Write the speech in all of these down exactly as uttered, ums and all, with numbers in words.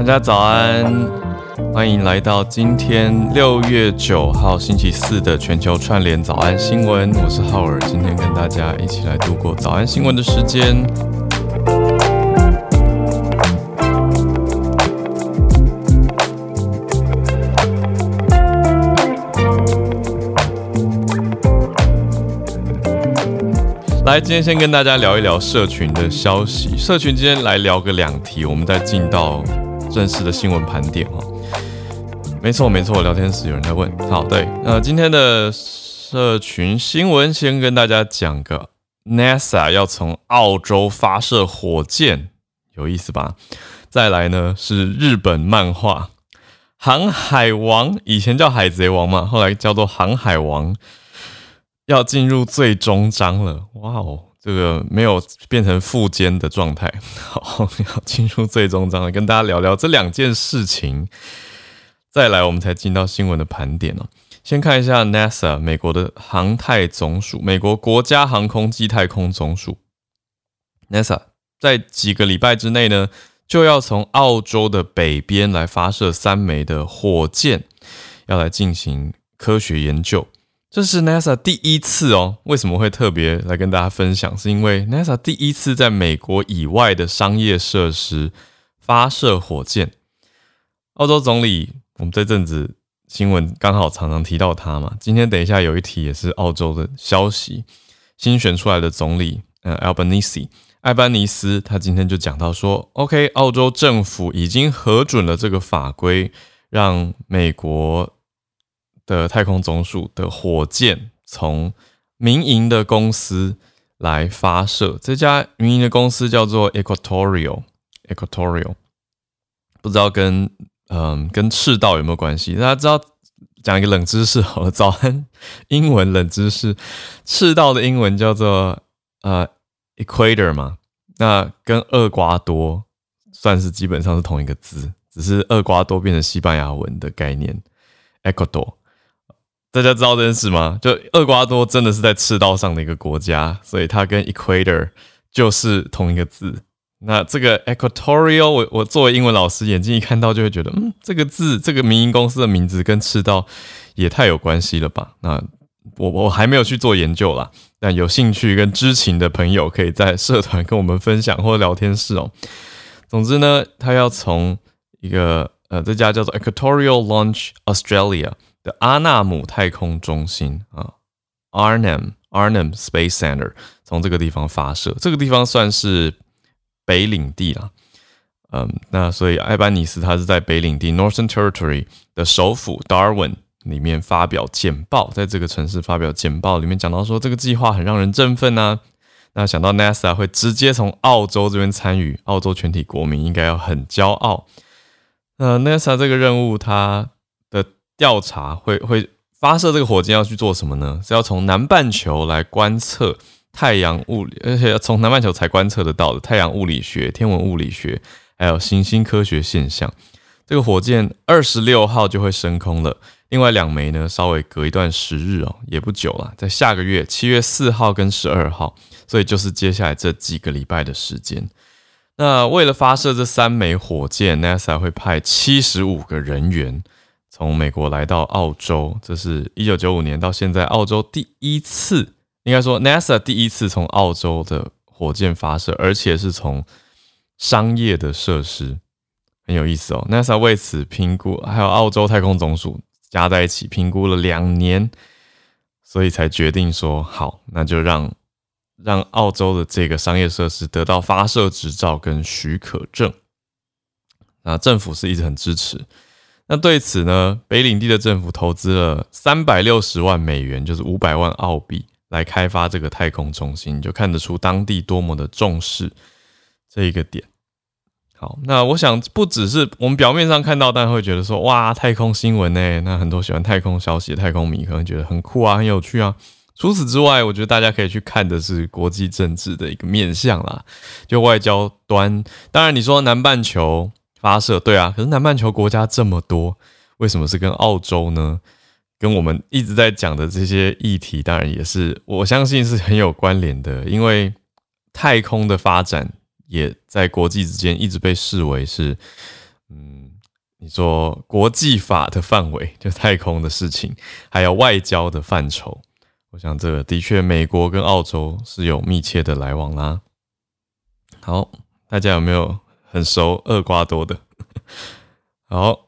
大家早安，欢迎来到今天六月九号星期四的全球串联早安新闻。我是浩尔，今天跟大家一起来度过早安新闻的时间。来，今天先跟大家聊一聊社群的消息。社群今天来聊个两题，我们再进到正式的新闻盘点哈。没错没错，聊天室有人在问。好，对，呃，今天的社群新闻先跟大家讲个 NASA 要从澳洲发射火箭，有意思吧？再来呢是日本漫画《航海王》，以前叫《海贼王》嘛，后来叫做《航海王》。要进入最终章了，哇哦，这个没有变成副监的状态，好，要进入最终章了，跟大家聊聊这两件事情。再来，我们才进到新闻的盘点哦。先看一下 NASA 美国的航太总署，美国国家航空暨太空总署 NASA 在几个礼拜之内呢，就要从澳洲的北边来发射三枚的火箭，要来进行科学研究。这是 NASA 第一次哦，为什么会特别来跟大家分享？是因为 NASA 第一次在美国以外的商业设施发射火箭。澳洲总理，我们这阵子新闻刚好常常提到他嘛，今天等一下有一题也是澳洲的消息，新选出来的总理呃 Albanese 艾班尼斯，他今天就讲到说 ，OK， 澳洲政府已经核准了这个法规，让美国的太空总署的火箭从民营的公司来发射，这家民营的公司叫做 Equatorial Equatorial， 不知道跟嗯跟赤道有没有关系？大家知道讲一个冷知识好了，早安英文冷知识，赤道的英文叫做呃 Equator 嘛，那跟厄瓜多算是基本上是同一个字，只是厄瓜多变成西班牙文的概念 Ecuador。大家知道这件事吗？就厄瓜多真的是在赤道上的一个国家，所以它跟 Equator 就是同一个字。那这个 Equatorial， 我, 我作为英文老师，眼睛一看到就会觉得，嗯，这个字，这个民营公司的名字跟赤道也太有关系了吧？那我我还没有去做研究啦，但有兴趣跟知情的朋友可以在社团跟我们分享或聊天室哦。总之呢，他要从一个呃这家叫做 Equatorial Launch Australia的阿纳姆太空中心啊 ，Arnhem Arnhem Space Center 从这个地方发射，这个地方算是北领地啦，嗯，那所以艾班尼斯他是在北领地 Northern Territory 的首府 Darwin 里面发表简报，在这个城市发表简报里面讲到说，这个计划很让人振奋啊。那想到 NASA 会直接从澳洲这边参与，澳洲全体国民应该要很骄傲。那 NASA 这个任务它的调查会会发射这个火箭要去做什么呢？是要从南半球来观测太阳物理，而且要从南半球才观测得到的太阳物理学、天文物理学，还有行星科学现象。这个火箭二十六号就会升空了，另外两枚呢稍微隔一段时日哦，也不久啦，在下个月七月四号跟十二号，所以就是接下来这几个礼拜的时间。那为了发射这三枚火箭 ，NASA 会派七十五个人员从美国来到澳洲，这是一九九五年到现在澳洲第一次，应该说 NASA 第一次从澳洲的火箭发射，而且是从商业的设施，很有意思哦。NASA 为此评估，还有澳洲太空总署加在一起评估了两年，所以才决定说好，那就让让澳洲的这个商业设施得到发射执照跟许可证。那政府是一直很支持。那对此呢，北领地的政府投资了三百六十万美元，就是五百万澳币，来开发这个太空中心，就看得出当地多么的重视这一个点。好，那我想不只是我们表面上看到，但会觉得说，哇，太空新闻欸，那很多喜欢太空消息的太空迷可能觉得很酷啊，很有趣啊。除此之外，我觉得大家可以去看的是国际政治的一个面向啦，就外交端。当然，你说南半球发射，对啊，可是南半球国家这么多，为什么是跟澳洲呢？跟我们一直在讲的这些议题，当然也是我相信是很有关联的，因为太空的发展也在国际之间一直被视为是嗯，你说国际法的范围，就太空的事情，还有外交的范畴，我想这个的确美国跟澳洲是有密切的来往啦。好，大家有没有很熟厄瓜多的？好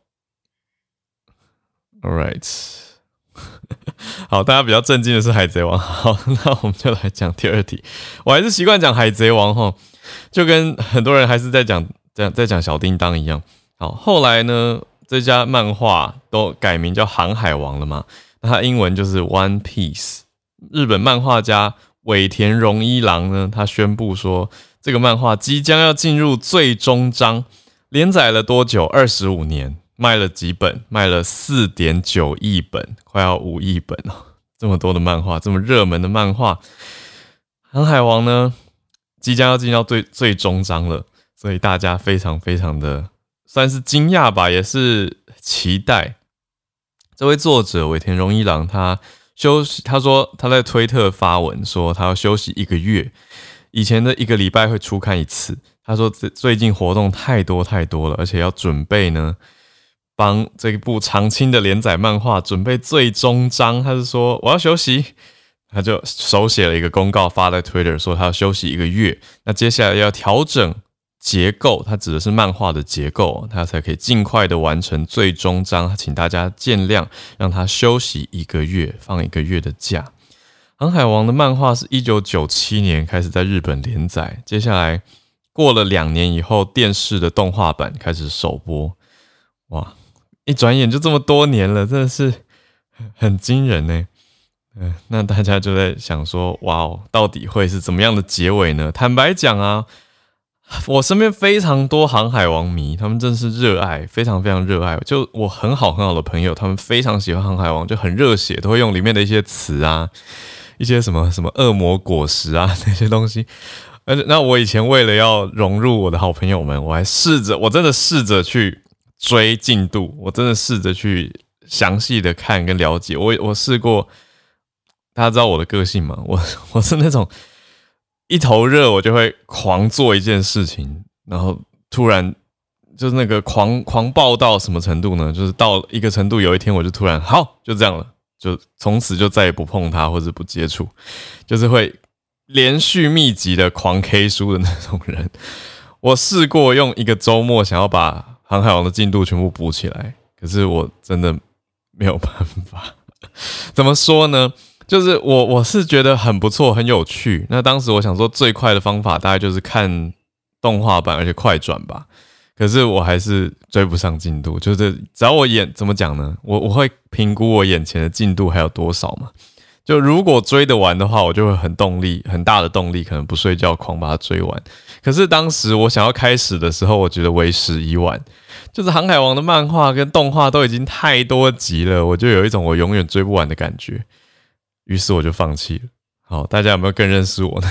，All right。好，大家比较震惊的是海贼王。好，那我们就来讲第二题。我还是习惯讲海贼王齁，就跟很多人还是在讲在在讲小叮当一样。好，后来呢，这家漫画都改名叫航海王了嘛？那它英文就是 One Piece。日本漫画家尾田荣一郎呢，他宣布说，这个漫画即将要进入最终章，连载了多久？二十五年。卖了几本？卖了 四点九亿本，快要五亿本哦！这么多的漫画，这么热门的漫画，航海王呢，即将要进到最最终章了，所以大家非常非常的算是惊讶吧，也是期待。这位作者尾田荣一郎，他休息，他说他在推特发文说他要休息一个月，以前的一个礼拜会出刊一次。他说最近活动太多太多了，而且要准备呢。帮这一部长青的连载漫画准备最终章，他是说我要休息，他就手写了一个公告发在 Twitter 说他要休息一个月，那接下来要调整结构，他指的是漫画的结构，他才可以尽快的完成最终章，请大家见谅，让他休息一个月，放一个月的假。航海王的漫画是一九九七年开始在日本连载，接下来过了两年以后，电视的动画版开始首播，哇！一转眼就这么多年了，真的是很惊人呢。嗯，那大家就在想说，哇哦，到底会是怎么样的结尾呢？坦白讲啊，我身边非常多航海王迷，他们真是热爱，非常非常热爱。就我很好很好的朋友，他们非常喜欢航海王，就很热血，都会用里面的一些词啊，一些什么什么恶魔果实啊那些东西。而且，那我以前为了要融入我的好朋友们，我还试着，我真的试着去。追进度，我真的试着去详细的看跟了解。我我试过，大家知道我的个性吗？我我是那种一头热，我就会狂做一件事情，然后突然就是那个狂狂暴到什么程度呢？就是到一个程度，有一天我就突然好，就这样了，就从此就再也不碰它或者不接触，就是会连续密集的狂 K 书的那种人。我试过用一个周末想要把航海王的进度全部补起来，可是我真的没有办法。怎么说呢？就是我我是觉得很不错，很有趣。那当时我想说，最快的方法大概就是看动画版，而且快转吧。可是我还是追不上进度，就是只要我眼怎么讲呢？我我会评估我眼前的进度还有多少嘛。就如果追得完的话，我就会很动力，很大的动力，可能不睡觉狂把它追完。可是当时我想要开始的时候，我觉得为时已晚。就是航海王的漫画跟动画都已经太多集了，我就有一种我永远追不完的感觉。于是我就放弃了。好，大家有没有更认识我呢？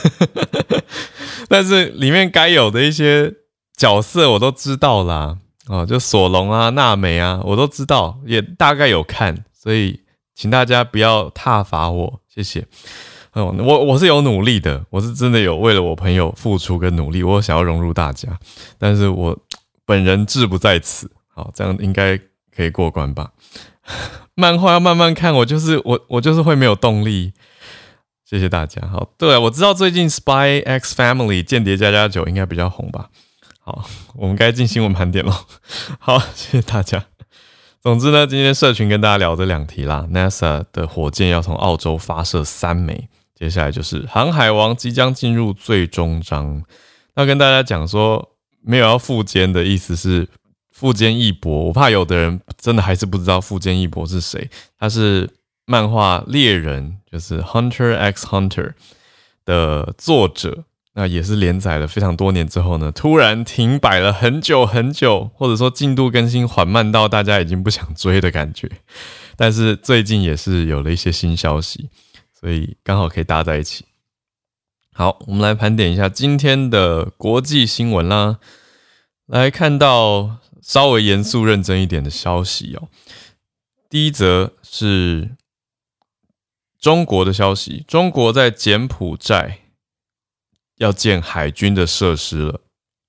但是里面该有的一些角色我都知道啦，哦，就索隆啊、娜美啊，我都知道，也大概有看，所以。请大家不要挞伐我，谢谢。嗯，我我是有努力的，我是真的有为了我朋友付出跟努力，我想要融入大家，但是我本人志不在此。好，这样应该可以过关吧？漫画要慢慢看，我就是我我就是会没有动力。谢谢大家。好，对啊，我知道最近 Spy X Family 间谍加加九应该比较红吧？好，我们该进新闻盘点咯。好，谢谢大家。总之呢，今天社群跟大家聊这两题啦。NASA 的火箭要从澳洲发射三枚，接下来就是航海王即将进入最终章。那跟大家讲说，没有要富坚的意思是富坚义博，我怕有的人真的还是不知道富坚义博是谁。他是漫画猎人，就是 Hunter x Hunter 的作者。那也是连载了非常多年之后呢，突然停摆了很久很久，或者说进度更新缓慢到大家已经不想追的感觉。但是最近也是有了一些新消息，所以刚好可以搭在一起。好，我们来盘点一下今天的国际新闻啦。来看到稍微严肃认真一点的消息哦。第一则是中国的消息，中国在柬埔寨要建海军的设施了。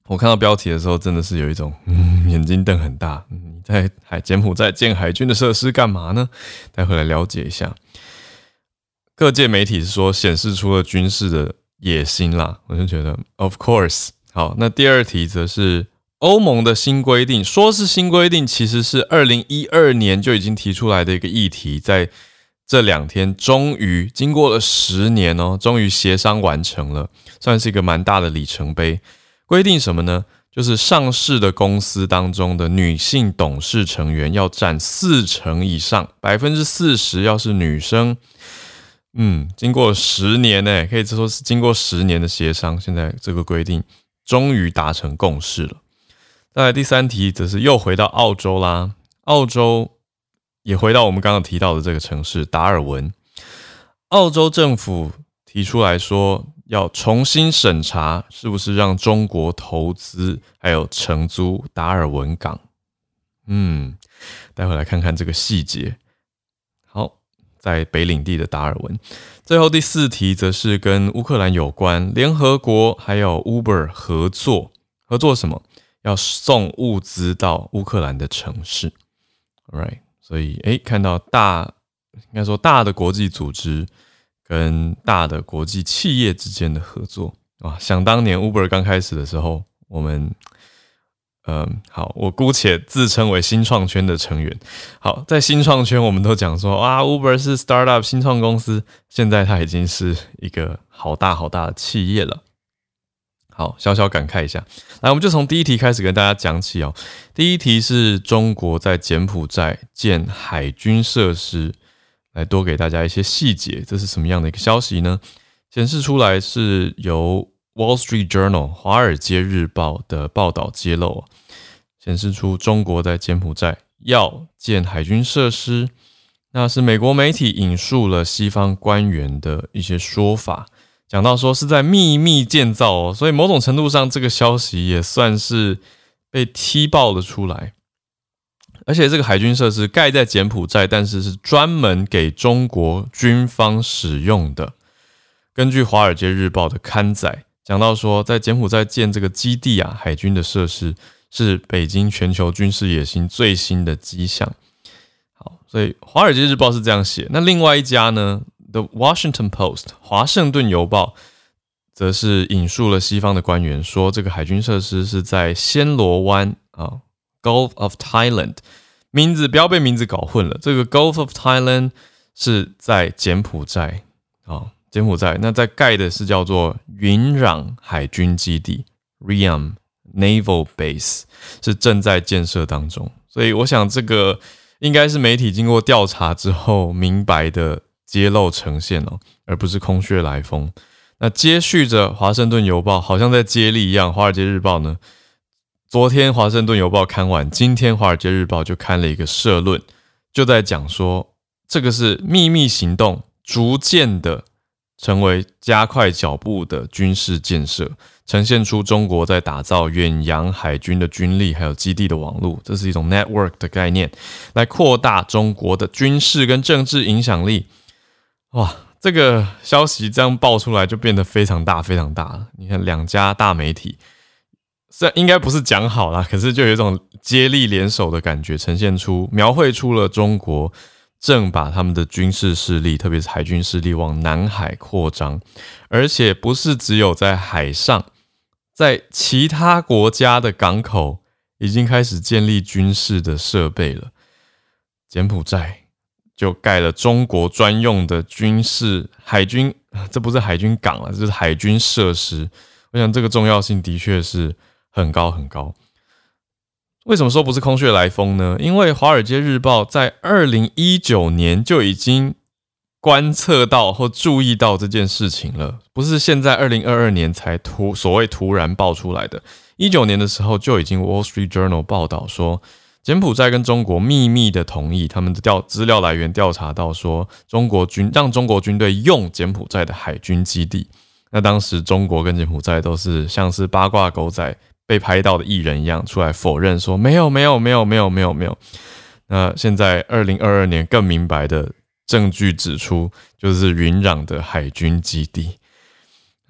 我看到标题的时候，真的是有一种嗯眼睛瞪很大。你在海柬埔寨建海军的设施干嘛呢？待会来了解一下。各界媒体是说显示出了军事的野心啦，我就觉得 of course。好，那第二题则是欧盟的新规定，说是新规定，其实是二零一二年就已经提出来的一个议题，在这两天终于经过了十年哦，终于协商完成了，算是一个蛮大的里程碑。规定什么呢？就是上市的公司当中的女性董事成员要占四成以上，百分之四十要是女生。嗯，经过了十年呢，可以说是经过十年的协商，现在这个规定终于达成共识了。再来第三题，则是又回到澳洲啦，澳洲也回到我们刚刚提到的这个城市达尔文。澳洲政府提出来说，要重新审查是不是让中国投资还有承租达尔文港。嗯，待会来看看这个细节。好，在北领地的达尔文。最后第四题则是跟乌克兰有关，联合国还有 Uber 合作，合作什么？要送物资到乌克兰的城市。Alright， 所以诶，看到大，应该说大的国际组织跟大的国际企业之间的合作啊，想当年 Uber 刚开始的时候，我们。嗯，好，我姑且自称为新创圈的成员。好，在新创圈，我们都讲说，啊 ，Uber 是 startup 新创公司，现在它已经是一个好大好大的企业了。好，小小感慨一下，来，我们就从第一题开始跟大家讲起哦。第一题是中国在柬埔寨建海军设施，来多给大家一些细节，这是什么样的一个消息呢？显示出来是由Wall Street Journal 华尔街日报的报道揭露，显示出中国在柬埔寨要建海军设施，那是美国媒体引述了西方官员的一些说法，讲到说是在秘密建造哦，所以某种程度上这个消息也算是被踢爆了出来。而且这个海军设施盖在柬埔寨，但是是专门给中国军方使用的。根据华尔街日报的刊载，讲到说，在柬埔寨建这个基地啊，海军的设施是北京全球军事野心最新的迹象。好，所以华尔街日报是这样写。那另外一家呢 ，The Washington Post 华盛顿邮报，则是引述了西方的官员说，这个海军设施是在暹罗湾啊 ，Gulf of Thailand， 名字不要被名字搞混了。这个 Gulf of Thailand 是在柬埔寨啊。柬埔寨那在盖的是叫做云壤海军基地 Ream Naval Base， 是正在建设当中，所以我想这个应该是媒体经过调查之后明白的揭露呈现哦，而不是空穴来风。那接续着华盛顿邮报好像在接力一样，华尔街日报呢，昨天华盛顿邮报刊完，今天华尔街日报就刊了一个社论，就在讲说这个是秘密行动，逐渐的成为加快脚步的军事建设，呈现出中国在打造远洋海军的军力还有基地的网络，这是一种 network 的概念，来扩大中国的军事跟政治影响力。哇，这个消息这样爆出来就变得非常大非常大了。你看两家大媒体，虽然应该不是讲好啦，可是就有一种接力联手的感觉，呈现出描绘出了中国正把他们的军事势力，特别是海军势力往南海扩张，而且不是只有在海上，在其他国家的港口已经开始建立军事的设备了。柬埔寨就盖了中国专用的军事海军，这不是海军港了，这是海军设施。我想这个重要性的确是很高很高。为什么说不是空穴来风呢？因为华尔街日报在二零一九年就已经观测到或注意到这件事情了，不是现在二零二二年才突所谓突然爆出来的。一九年的时候就已经 Wall Street Journal 报道说，柬埔寨跟中国秘密的同意，他们的调资料来源调查到说，中国军让中国军队用柬埔寨的海军基地。那当时中国跟柬埔寨都是像是八卦狗仔被拍到的艺人一样出来否认说没有没有没有没有没有没有。那现在二零二二年更明白的证据指出，就是云壤的海军基地。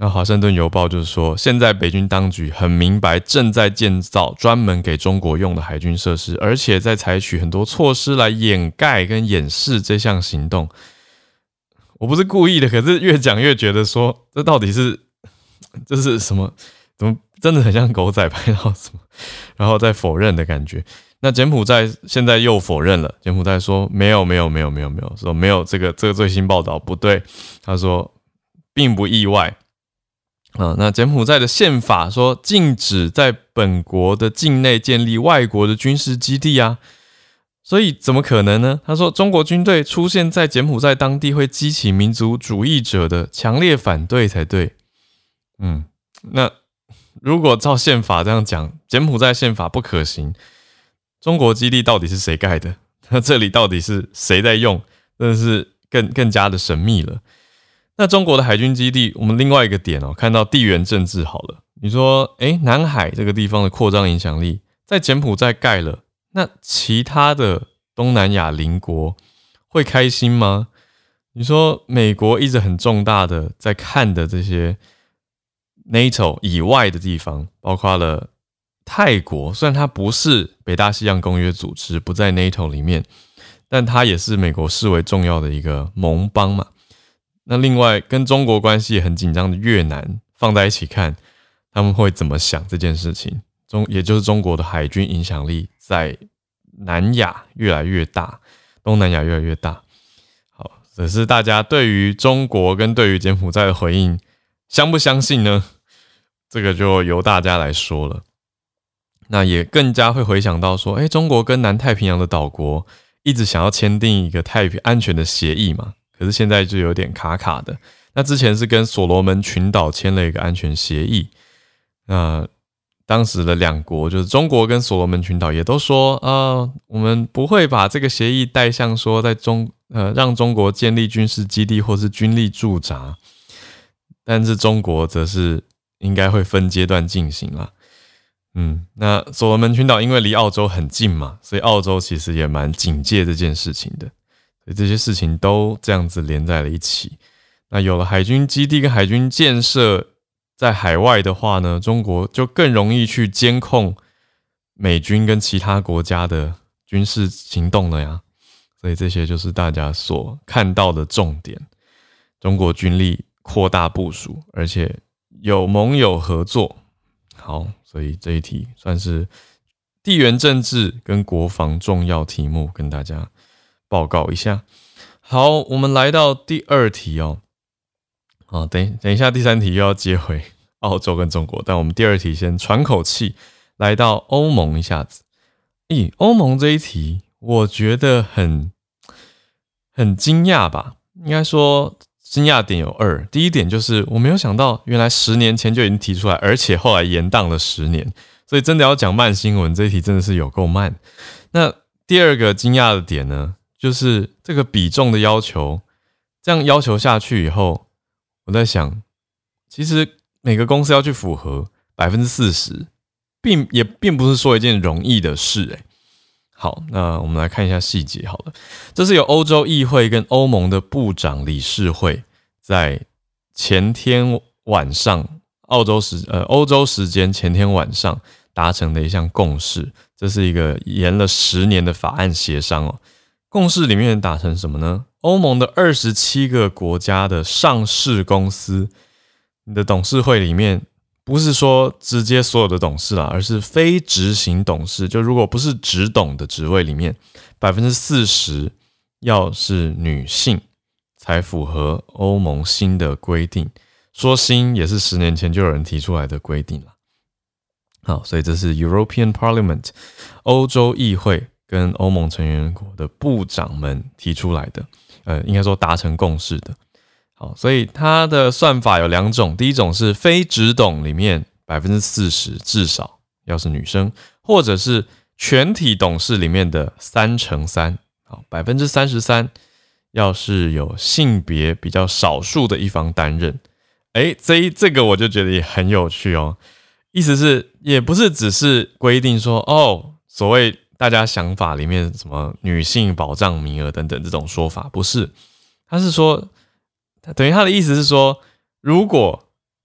那华盛顿邮报就是说，现在北京当局很明白正在建造专门给中国用的海军设施，而且在采取很多措施来掩盖跟掩饰这项行动。我不是故意的，可是越讲越觉得说，这到底是这是什么？怎么真的很像狗仔拍到什么，然后再否认的感觉。那柬埔寨现在又否认了，柬埔寨说没有没有没有没有没有，说没有这个这个最新报道不对，他说并不意外。啊，那柬埔寨的宪法说禁止在本国的境内建立外国的军事基地啊，所以怎么可能呢？他说中国军队出现在柬埔寨当地会激起民族主义者的强烈反对才对。嗯，那如果照宪法这样讲，柬埔寨宪法不可行，中国基地到底是谁盖的？那这里到底是谁在用？真的是更更加的神秘了。那中国的海军基地，我们另外一个点哦，看到地缘政治好了。你说，诶，南海这个地方的扩张影响力，在柬埔寨盖了，那其他的东南亚邻国会开心吗？你说，美国一直很重大的在看的这些 NATO 以外的地方，包括了泰国，虽然它不是北大西洋公约组织，不在 NATO 里面，但它也是美国视为重要的一个盟邦嘛。那另外跟中国关系也很紧张的越南放在一起看，他们会怎么想这件事情？中也就是中国的海军影响力在南亚越来越大，东南亚越来越大。好，只是大家对于中国跟对于柬埔寨的回应相不相信呢？这个就由大家来说了。那也更加会回想到说，哎，中国跟南太平洋的岛国一直想要签订一个太平安全的协议嘛。可是现在就有点卡卡的。那之前是跟所罗门群岛签了一个安全协议，那当时的两国就是中国跟所罗门群岛也都说，呃，我们不会把这个协议带向说在中呃让中国建立军事基地或是军力驻扎，但是中国则是应该会分阶段进行啦。嗯，那所罗门群岛因为离澳洲很近嘛，所以澳洲其实也蛮警戒这件事情的。所以这些事情都这样子连在了一起。那有了海军基地跟海军建设在海外的话呢，中国就更容易去监控美军跟其他国家的军事行动了呀。所以这些就是大家所看到的重点。中国军力扩大部署，而且有盟友合作。好，所以这一题算是地缘政治跟国防重要题目，跟大家报告一下。好，我们来到第二题哦。好，等等一下，第三题又要接回澳洲跟中国，但我们第二题先喘口气，来到欧盟一下子。咦，欧盟这一题，我觉得很很惊讶吧？应该说惊讶点有二。第一点就是我没有想到，原来十年前就已经提出来，而且后来延宕了十年，所以真的要讲慢新闻，这一题真的是有够慢。那第二个惊讶的点呢？就是这个比重的要求，这样要求下去以后，我在想，其实每个公司要去符合 百分之四十， 并也并不是说一件容易的事欸。好，那我们来看一下细节好了。这是由欧洲议会跟欧盟的部长理事会在前天晚上，澳洲时呃欧洲时间前天晚上达成的一项共识。这是一个延了十年的法案协商哦。共识里面达成什么呢？欧盟的二十七个国家的上市公司，你的董事会里面不是说直接所有的董事啦，而是非执行董事，就如果不是执董的职位里面 百分之四十 要是女性才符合欧盟新的规定。说新也是十年前就有人提出来的规定啦。好，所以这是 European Parliament 欧洲议会跟欧盟成员国的部长们提出来的，呃，应该说达成共识的。好，所以它的算法有两种，第一种是非执董里面 百分之四十 至少要是女生，或者是全体董事里面的三乘三，好 百分之三十三 要是有性别比较少数的一方担任。诶，这一这个我就觉得也很有趣哦。意思是也不是只是规定说哦，所谓大家想法里面什么女性保障名额等等这种说法，不是，他是说，等于他的意思是说，如果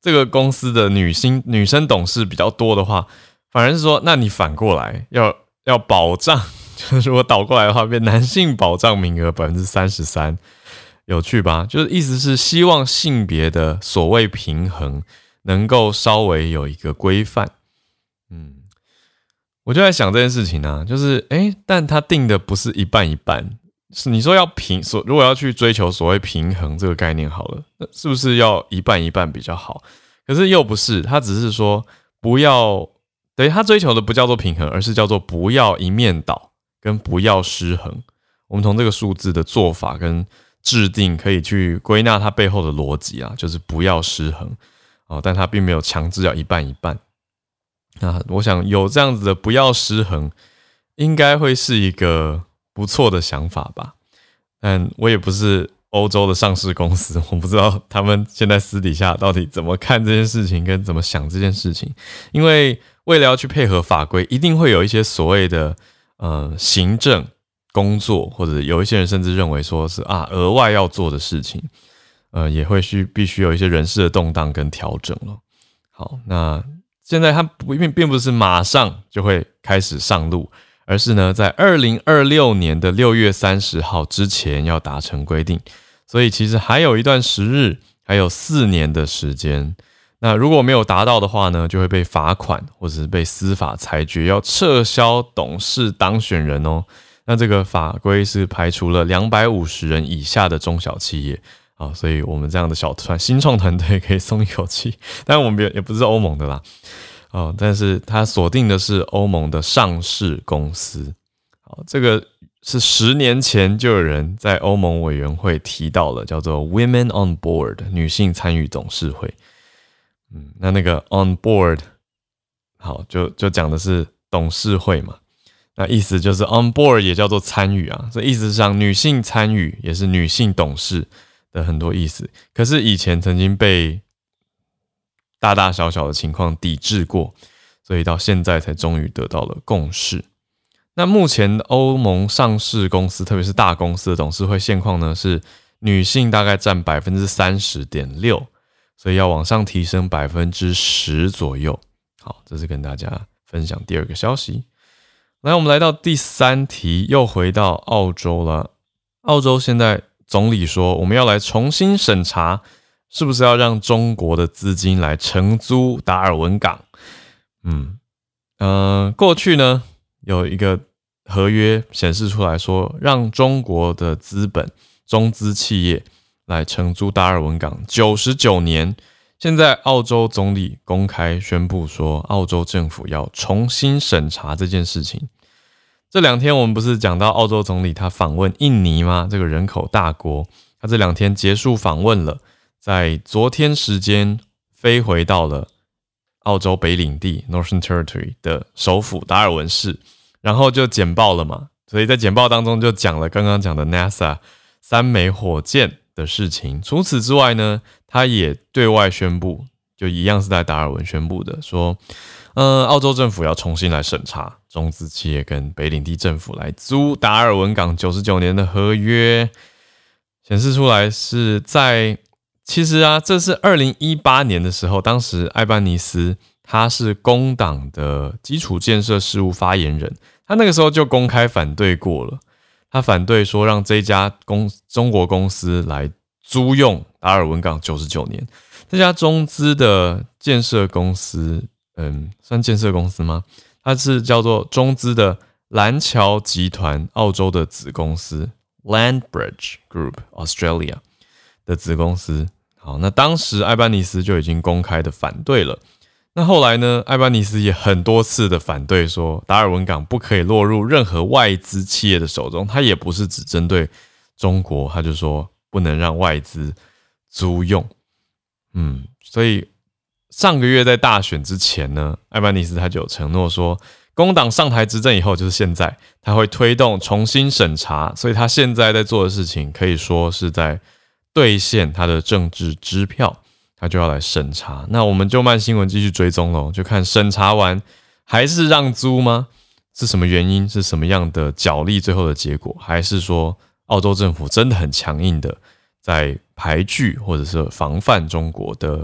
这个公司的女性女生董事比较多的话，反而是说，那你反过来要要保障，就是如果倒过来的话，变男性保障名额 百分之三十三， 有趣吧？就是意思是希望性别的所谓平衡能够稍微有一个规范。嗯，我就在想这件事情啊，就是诶，但他定的不是一半一半，是你说要平，如果要去追求所谓平衡这个概念好了，那是不是要一半一半比较好？可是又不是，他只是说不要，对，他追求的不叫做平衡，而是叫做不要一面倒跟不要失衡。我们从这个数字的做法跟制定可以去归纳它背后的逻辑啊，就是不要失衡哦，但它并没有强制要一半一半。那我想有这样子的不要失衡，应该会是一个不错的想法吧。但我也不是欧洲的上市公司，我不知道他们现在私底下到底怎么看这件事情，跟怎么想这件事情。因为为了要去配合法规，一定会有一些所谓的呃行政工作，或者有一些人甚至认为说是啊额外要做的事情，呃也会需必须有一些人事的动荡跟调整了。好，那现在它并并不是马上就会开始上路，而是呢在二零二六年的六月三十号之前要达成规定，所以其实还有一段时日，还有四年的时间。那如果没有达到的话呢，就会被罚款，或者是被司法裁决要撤销董事当选人哦。那这个法规是排除了两百五十人以下的中小企业啊，所以我们这样的小团新创团队可以松一口气。但我们也不是欧盟的啦，哦，但是它锁定的是欧盟的上市公司。好，这个是十年前就有人在欧盟委员会提到了，叫做 Women on Board 女性参与董事会。嗯，那那个 on board 好，就就讲的是董事会嘛。那意思就是 on board 也叫做参与啊，所以意思上女性参与也是女性董事的很多意思。可是以前曾经被大大小小的情况抵制过，所以到现在才终于得到了共识。那目前欧盟上市公司，特别是大公司的董事会现况呢，是女性大概占 百分之三十点六， 所以要往上提升 百分之十 左右。好，这是跟大家分享第二个消息。来，我们来到第三题，又回到澳洲了。澳洲现在总理说，我们要来重新审查，是不是要让中国的资金来承租达尔文港？嗯，呃，过去呢有一个合约显示出来说，让中国的资本中资企业来承租达尔文港九十九年。现在澳洲总理公开宣布说，澳洲政府要重新审查这件事情。这两天我们不是讲到澳洲总理他访问印尼吗？这个人口大国，他这两天结束访问了，在昨天时间飞回到了澳洲北领地 Northern Territory 的首府达尔文市，然后就简报了嘛。所以在简报当中就讲了刚刚讲的 NASA 三枚火箭的事情。除此之外呢，他也对外宣布，就一样是在达尔文宣布的，说呃，澳洲政府要重新来审查中资企业跟北领地政府来租达尔文港九十九年的合约。显示出来是在，其实啊，这是二零一八年的时候，当时艾班尼斯他是工党的基础建设事务发言人，他那个时候就公开反对过了。他反对说让这家公中国公司来租用达尔文港九十九年。这家中资的建设公司，嗯，算建设公司吗？它是叫做中资的蓝桥集团澳洲的子公司 Landbridge Group Australia 的子公司。好，那当时艾班尼斯就已经公开的反对了。那后来呢，艾班尼斯也很多次的反对说，达尔文港不可以落入任何外资企业的手中。他也不是只针对中国，他就说不能让外资租用。嗯，所以上个月在大选之前呢，艾班尼斯他就有承诺说，工党上台执政以后，就是现在，他会推动重新审查。所以他现在在做的事情，可以说是在兑现他的政治支票。他就要来审查，那我们就慢新闻继续追踪咯，就看审查完还是让租吗？是什么原因？是什么样的角力？最后的结果，还是说澳洲政府真的很强硬的在排拒或者是防范中国的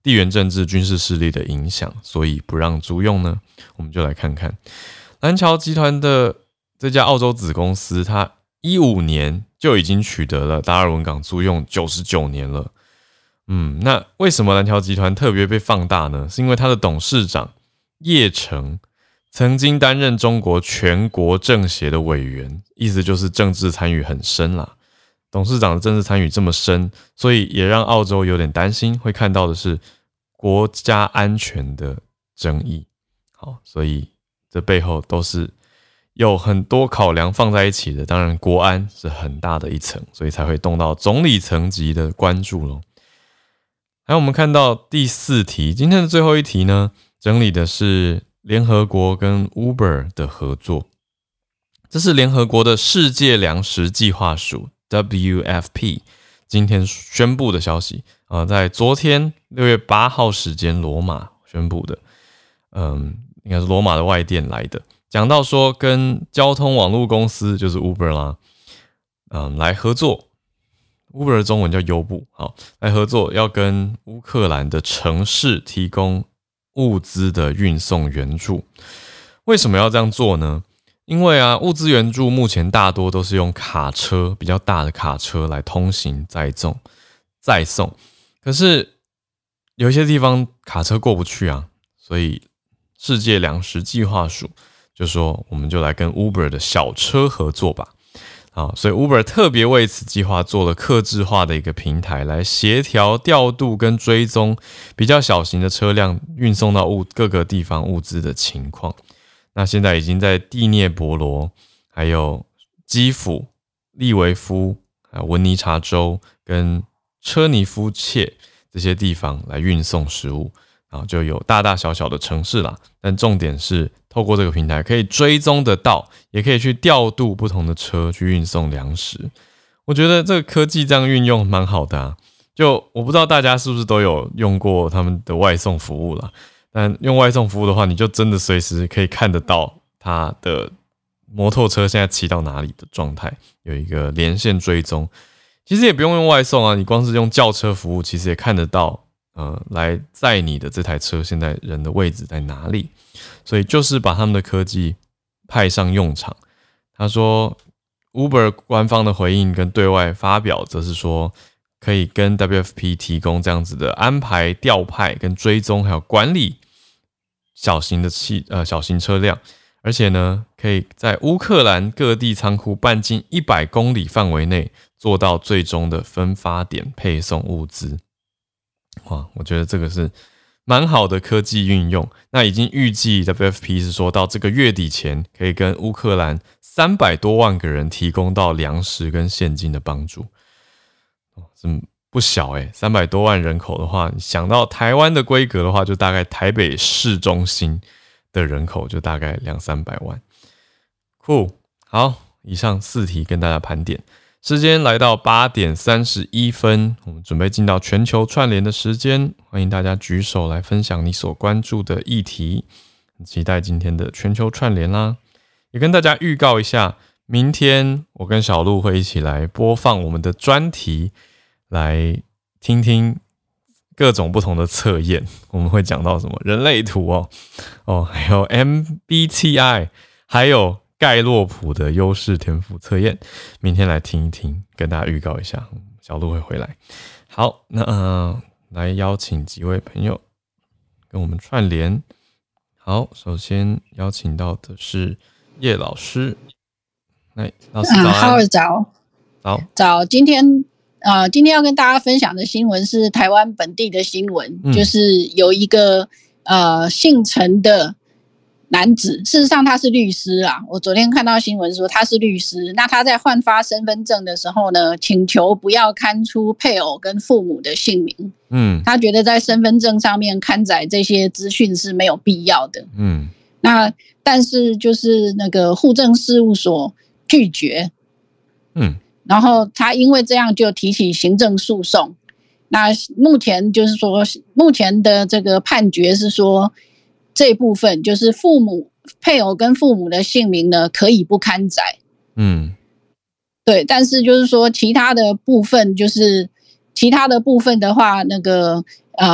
地缘政治、军事势力的影响，所以不让租用呢？我们就来看看蓝桥集团的这家澳洲子公司，它十五年就已经取得了达尔文港租用九十九年了。嗯，那为什么蓝桥集团特别被放大呢？是因为它的董事长叶成曾经担任中国全国政协的委员，意思就是政治参与很深啦。董事长的政治参与这么深，所以也让澳洲有点担心，会看到的是国家安全的争议。好，所以这背后都是有很多考量放在一起的，当然国安是很大的一层，所以才会动到总理层级的关注咯。还有我们看到第四题，今天的最后一题呢，整理的是联合国跟 Uber 的合作。这是联合国的世界粮食计划署 W F P 今天宣布的消息、呃、在昨天六月八号时间罗马宣布的，嗯，应该是罗马的外电来的，讲到说跟交通网络公司就是 Uber 啦，嗯，来合作。Uber 的中文叫优步，好，来合作，要跟乌克兰的城市提供物资的运送援助。为什么要这样做呢？因为啊，物资援助目前大多都是用卡车，比较大的卡车来通行载重载送，可是有一些地方卡车过不去啊，所以世界粮食计划署就说，我们就来跟 Uber 的小车合作吧。好，所以 Uber 特别为此计划做了客制化的一个平台，来协调调度跟追踪比较小型的车辆运送到物各个地方物资的情况。那现在已经在第聂伯罗、还有基辅、利维夫、还有文尼察州跟车尼夫切这些地方来运送食物，然后就有大大小小的城市啦。但重点是透过这个平台可以追踪得到，也可以去调度不同的车去运送粮食。我觉得这个科技这样运用蛮好的啊。就我不知道大家是不是都有用过他们的外送服务啦，但用外送服务的话，你就真的随时可以看得到它的摩托车现在骑到哪里的状态，有一个连线追踪。其实也不用用外送啊，你光是用轿车服务，其实也看得到呃，来载你的这台车现在人的位置在哪里。所以就是把他们的科技派上用场。他说 Uber 官方的回应跟对外发表则是说，可以跟 W F P 提供这样子的安排、调派跟追踪，还有管理小型的汽呃小型车辆，而且呢，可以在乌克兰各地仓库半径一百公里范围内做到最终的分发点配送物资。哇，我觉得这个是蛮好的科技运用。那已经预计 W F P 是说到这个月底前可以跟乌克兰三百多万个人提供到粮食跟现金的帮助。哦，这不小欸，三百多万人口的话，你想到台湾的规格的话，就大概台北市中心的人口就大概两三百万。酷，好，以上四题跟大家盘点。时间来到八点三十一分，我们准备进到全球串联的时间，欢迎大家举手来分享你所关注的议题，很期待今天的全球串联啦。也跟大家预告一下，明天我跟小鹿会一起来播放我们的专题，来听听各种不同的测验。我们会讲到什么人类图哦，哦，还有 M B T I， 还有盖洛普的优势天赋测验，明天来听一听，跟大家预告一下，小鹿会回来。好，那、呃、来邀请几位朋友跟我们串联。好，首先邀请到的是叶老师。来，老师早安。 好、嗯，早。 早。 早。今天呃，今天要跟大家分享的新闻是台湾本地的新闻，嗯、就是有一个呃姓陈的男子，事实上他是律师啊。我昨天看到新闻说他是律师，那他在换发身份证的时候呢，请求不要刊出配偶跟父母的姓名。嗯，他觉得在身份证上面刊载这些资讯是没有必要的。嗯，那但是就是那个户政事务所拒绝。嗯，然后他因为这样就提起行政诉讼。那目前就是说，目前的这个判决是说，这部分就是父母、配偶跟父母的姓名呢，可以不刊载。嗯，对，但是就是说，其他的部分就是其他的部分的话，那个呃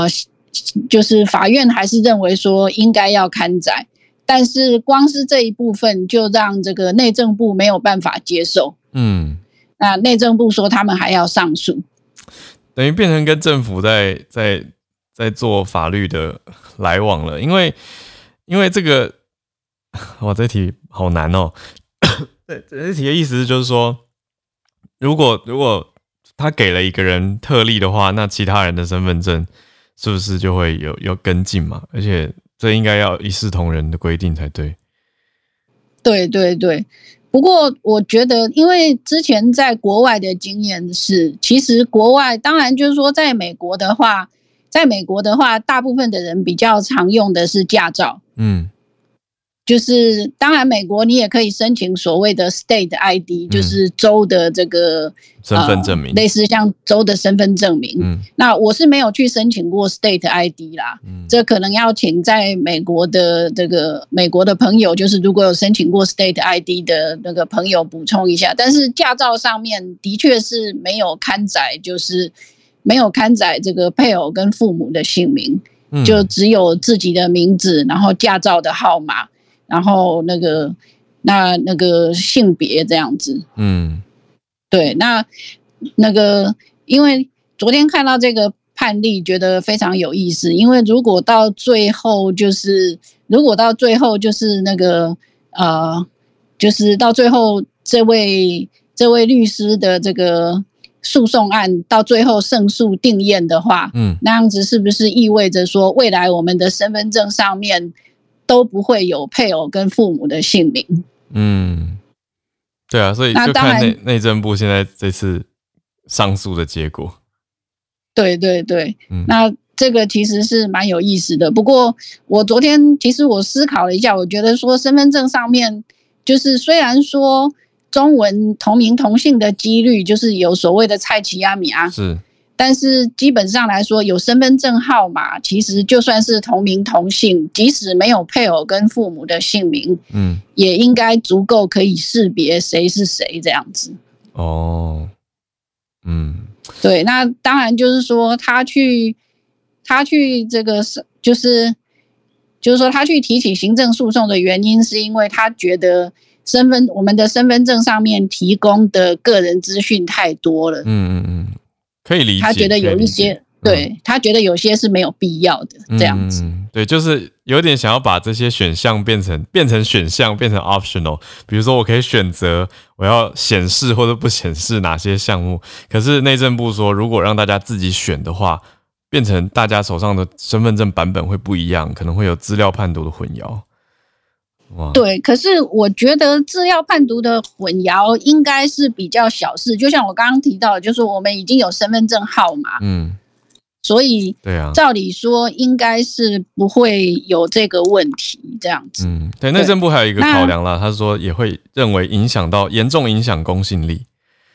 就是法院还是认为说应该要勘载，但是光是这一部分就让这个内政部没有办法接受。嗯，那内政部说他们还要上诉， 等于变成跟政府在在在做法律的来往了。因为因为这个，哇，这题好难哦。对，这题的意思就是说，如果如果他给了一个人特例的话，那其他人的身份证是不是就会有有跟进嘛？而且这应该要一视同仁的规定才对。 对对对，不过我觉得，因为之前在国外的经验是，其实国外当然就是说，在美国的话，在美国的话，大部分的人比较常用的是驾照。嗯。就是当然美国你也可以申请所谓的 state I D， 就是州的这个身份证明、呃、 类似像州的身份证明。嗯，那我是没有去申请过 state I D 啦。嗯，这可能要请在美国的这个美国的朋友，就是如果有申请过 state I D 的那个朋友补充一下。但是驾照上面的确是没有刊载，就是没有刊载这个配偶跟父母的姓名，嗯，就只有自己的名字，然后驾照的号码。然后那个那那个性别这样子。嗯，对，那那个因为昨天看到这个判例觉得非常有意思，因为如果到最后就是如果到最后就是那个呃就是到最后这位这位律师的这个诉讼案到最后胜诉定验的话，嗯，那样子是不是意味着说未来我们的身份证上面都不会有配偶跟父母的姓名？嗯， 对啊，所以就看内内政部现在这次上诉的结果。 对对对，嗯，那这个其实是蛮有意思的。不过我昨天其实我思考了一下，我觉得说身份证上面就是虽然说中文同名同姓的几率就是有所谓的蔡奇亚米啊，是。但是基本上来说，有身份证号码，其实就算是同名同姓，即使没有配偶跟父母的姓名，嗯，也应该足够可以识别谁是谁这样子。哦，嗯，对，那当然就是说他去，他去这个就是就是说他去提起行政诉讼的原因，是因为他觉得身份我们的身份证上面提供的个人资讯太多了。嗯嗯嗯。 可以理解， 他觉得有一些，对、嗯、他觉得有些是没有必要的，这样子、 嗯。对，就是有点想要把这些选项变成变成选项，变成 optional。比如说，我可以选择我要显示或者不显示哪些项目。可是内政部说，如果让大家自己选的话，变成大家手上的身份证版本会不一样，可能会有资料判读的混淆。 对，可是我觉得资料判读的混淆应该是比较小事，就像我刚刚提到的，就是我们已经有身份证号码，嗯，所以对啊，照理说应该是不会有这个问题，这样子。 嗯，对，内政部还有一个考量啦，他说也会认为影响到严重影响公信力。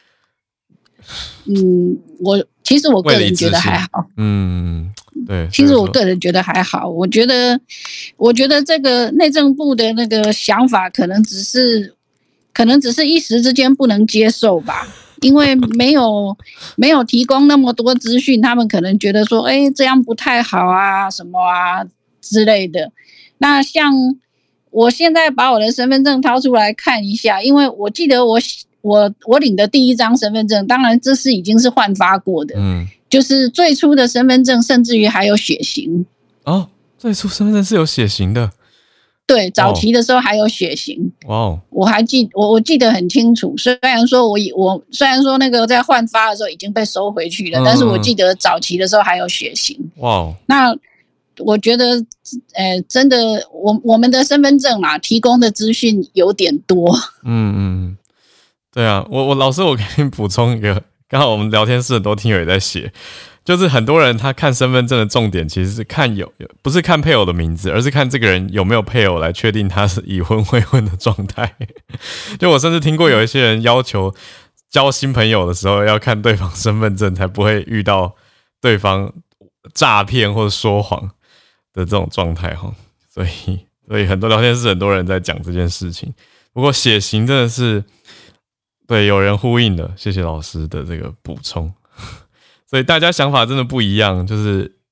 嗯，我其实我个人觉得还好。嗯， 对， 其实我个人觉得还好。我觉得，我觉得这个内政部的那个想法，可能只是，可能只是一时之间不能接受吧，因为没有没有提供那么多资讯，他们可能觉得说，哎、欸，这样不太好啊，什么啊之类的。那像我现在把我的身份证掏出来看一下，因为我记得我。我我领的第一张身份证，当然这是已经是换发过的，嗯，就是最初的身份证，甚至于还有血型哦。最初身份证是有血型的， 对，早期的时候还有血型。哇哦，我还记我我记得很清楚。虽然说我我虽然说那个在换发的时候已经被收回去了，嗯、但是我记得早期的时候还有血型。哇哦，那我觉得，呃，真的，我我们的身份证啊，提供的资讯有点多。嗯嗯。 对啊，我我老师，我给你补充一个，刚好我们聊天室很多听友也在写，就是很多人他看身份证的重点其实是看有有，不是看配偶的名字，而是看这个人有没有配偶来确定他是已婚未婚的状态。就我甚至听过有一些人要求交新朋友的时候要看对方身份证，才不会遇到对方诈骗或者说谎的这种状态哈。所以所以很多聊天室很多人在讲这件事情。不过血型真的是。对，有人呼应了，谢谢老师的这个补充。所以大家想法真的不一样，就是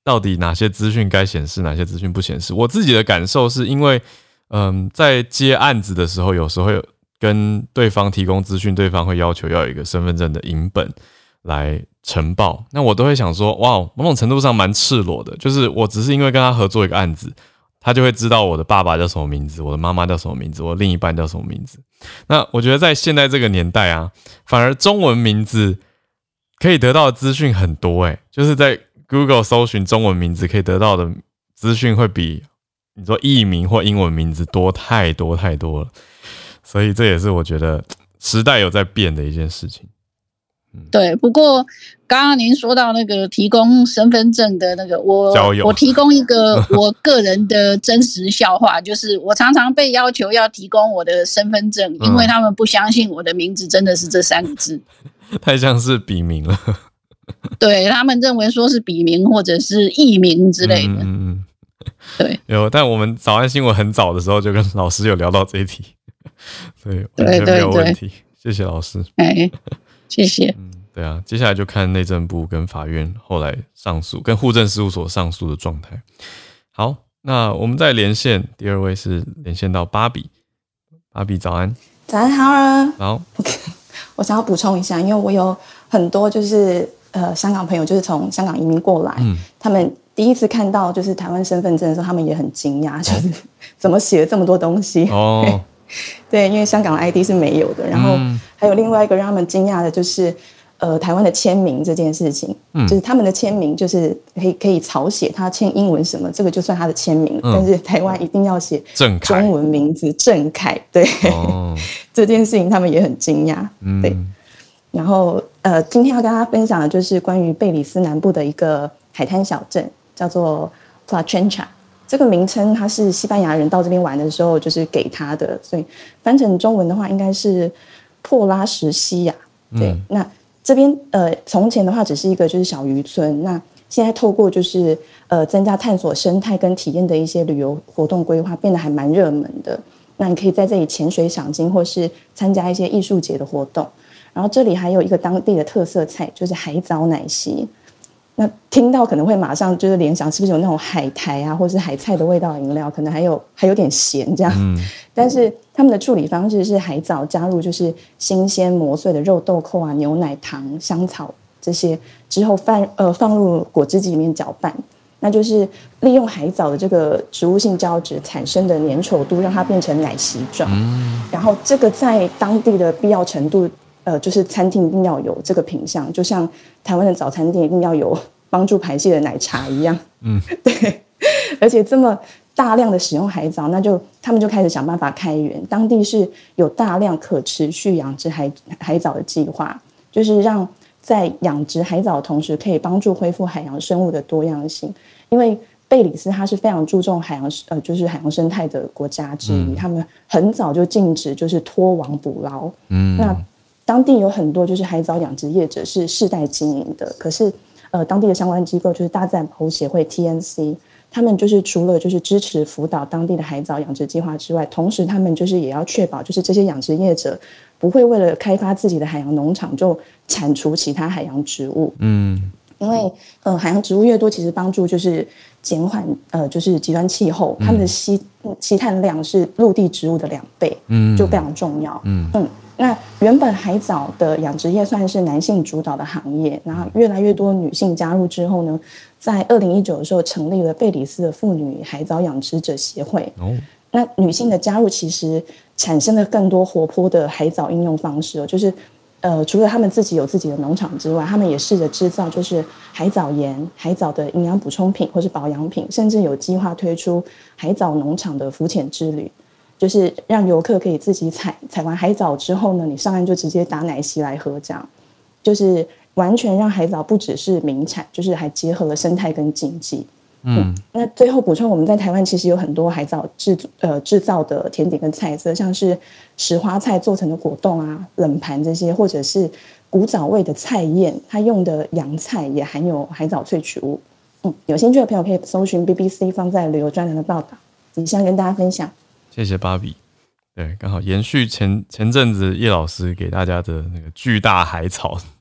到底哪些资讯该显示，哪些资讯不显示。我自己的感受是因为，嗯，在接案子的时候，有时候会跟对方提供资讯，对方会要求要有一个身份证的影本来呈报，那我都会想说，哇，某种程度上蛮赤裸的，就是我只是因为跟他合作一个案子，他就会知道我的爸爸叫什么名字，我的妈妈叫什么名字，我另一半叫什么名字。那我觉得在现在这个年代啊，反而中文名字可以得到的资讯很多欸，就是在 Google 搜寻中文名字可以得到的资讯会比你说艺名或英文名字多太多太多了，所以这也是我觉得时代有在变的一件事情。 对，不过刚刚您说到那个提供身份证的那个，我我提供一个我个人的真实笑话，就是我常常被要求要提供我的身份证，因为他们不相信我的名字真的是这三个字， 太像是笔名了。 对，他们认为说是笔名或者是艺名之类的。嗯嗯，对， 有，但我们早安新闻很早的时候就跟老师有聊到这一题，所以完全没有问题。对对对，谢谢老师。 哎，谢谢。 嗯，对啊，接下来就看内政部跟法院后来上诉，跟户政事务所上诉的状态。好，那我们再连线，第二位是连线到芭比。芭比早安。 早安，好儿。 好， 我想要补充一下，因为我有很多就是呃香港朋友，就是从香港移民过来，嗯，他们第一次看到就是台湾身份证的时候，他们也很惊讶，就是怎么写了这么多东西哦。对，因为香港的 I D 是没有的，然后还有另外一个让他们惊讶的就是，呃，台湾的签名这件事情，嗯，就是他们的签名就是可以可以草写，他签英文什么，这个就算他的签名，嗯，但是台湾一定要写中文名字郑凯，对，哦，这件事情他们也很惊讶，嗯，对。然后呃，今天要跟大家分享的就是关于贝里斯南部的一个海滩小镇，叫做 Plachencha。这个名称它是西班牙人到这边玩的时候就是给他的，所以翻成中文的话应该是珀拉什西亚。对，嗯，那这边呃从前的话只是一个就是小渔村，那现在透过就是呃增加探索生态跟体验的一些旅游活动规划，变得还蛮热门的。那你可以在这里潜水赏鲸，或是参加一些艺术节的活动。然后这里还有一个当地的特色菜，就是海藻奶昔。那听到可能会马上就是联想，是不是有那种海苔啊，或是海菜的味道的饮料？可能还有还有点咸这样。嗯，但是他们的处理方式是海藻加入就是新鲜磨碎的肉豆蔻啊、牛奶、糖、香草这些之后放呃放入果汁机里面搅拌，那就是利用海藻的这个植物性胶质产生的粘稠度，让它变成奶昔状。嗯，然后这个在当地的必要程度。呃，就是餐厅一定要有这个品项，就像台湾的早餐店一定要有帮助排泄的奶茶一样。嗯，对。而且这么大量的使用海藻，那就他们就开始想办法开源。当地是有大量可持续养殖海海藻的计划，就是让在养殖海藻的同时，可以帮助恢复海洋生物的多样性。因为贝里斯它是非常注重海洋呃，就是海洋生态的国家之一，嗯，他们很早就禁止就是拖网捕捞。嗯，那当地有很多就是海藻养殖业者是世代经营的，可是呃，当地的相关机构就是大自然保护协会 T N C， 他们就是除了就是支持辅导当地的海藻养殖计划之外，同时他们就是也要确保就是这些养殖业者不会为了开发自己的海洋农场就铲除其他海洋植物。嗯，因为呃海洋植物越多，其实帮助就是减缓呃就是极端气候，它们的吸吸碳量是陆地植物的两倍，嗯，就非常重要。嗯嗯。那原本海藻的养殖业算是男性主导的行业，然后越来越多女性加入之后呢，在二零一九的时候成立了贝里斯的妇女海藻养殖者协会。哦，那女性的加入其实产生了更多活泼的海藻应用方式哦，就是呃，除了他们自己有自己的农场之外，他们也试着制造就是海藻盐、海藻的营养补充品或是保养品，甚至有计划推出海藻农场的浮潜之旅。就是让游客可以自己采，采完海藻之后呢，你上岸就直接打奶昔来喝，这样就是完全让海藻不只是名产，就是还结合了生态跟经济。嗯，嗯那最后补充，我们在台湾其实有很多海藻制呃制造的甜点跟菜色，像是石花菜做成的果冻啊、冷盘这些，或者是古早味的菜宴，它用的洋菜也含有海藻萃取物。嗯，有兴趣的朋友可以搜寻 B B C 放在旅游专栏的报道，以上跟大家分享。 谢谢芭比，对，刚好延续前前阵子叶老师给大家的那个巨大海草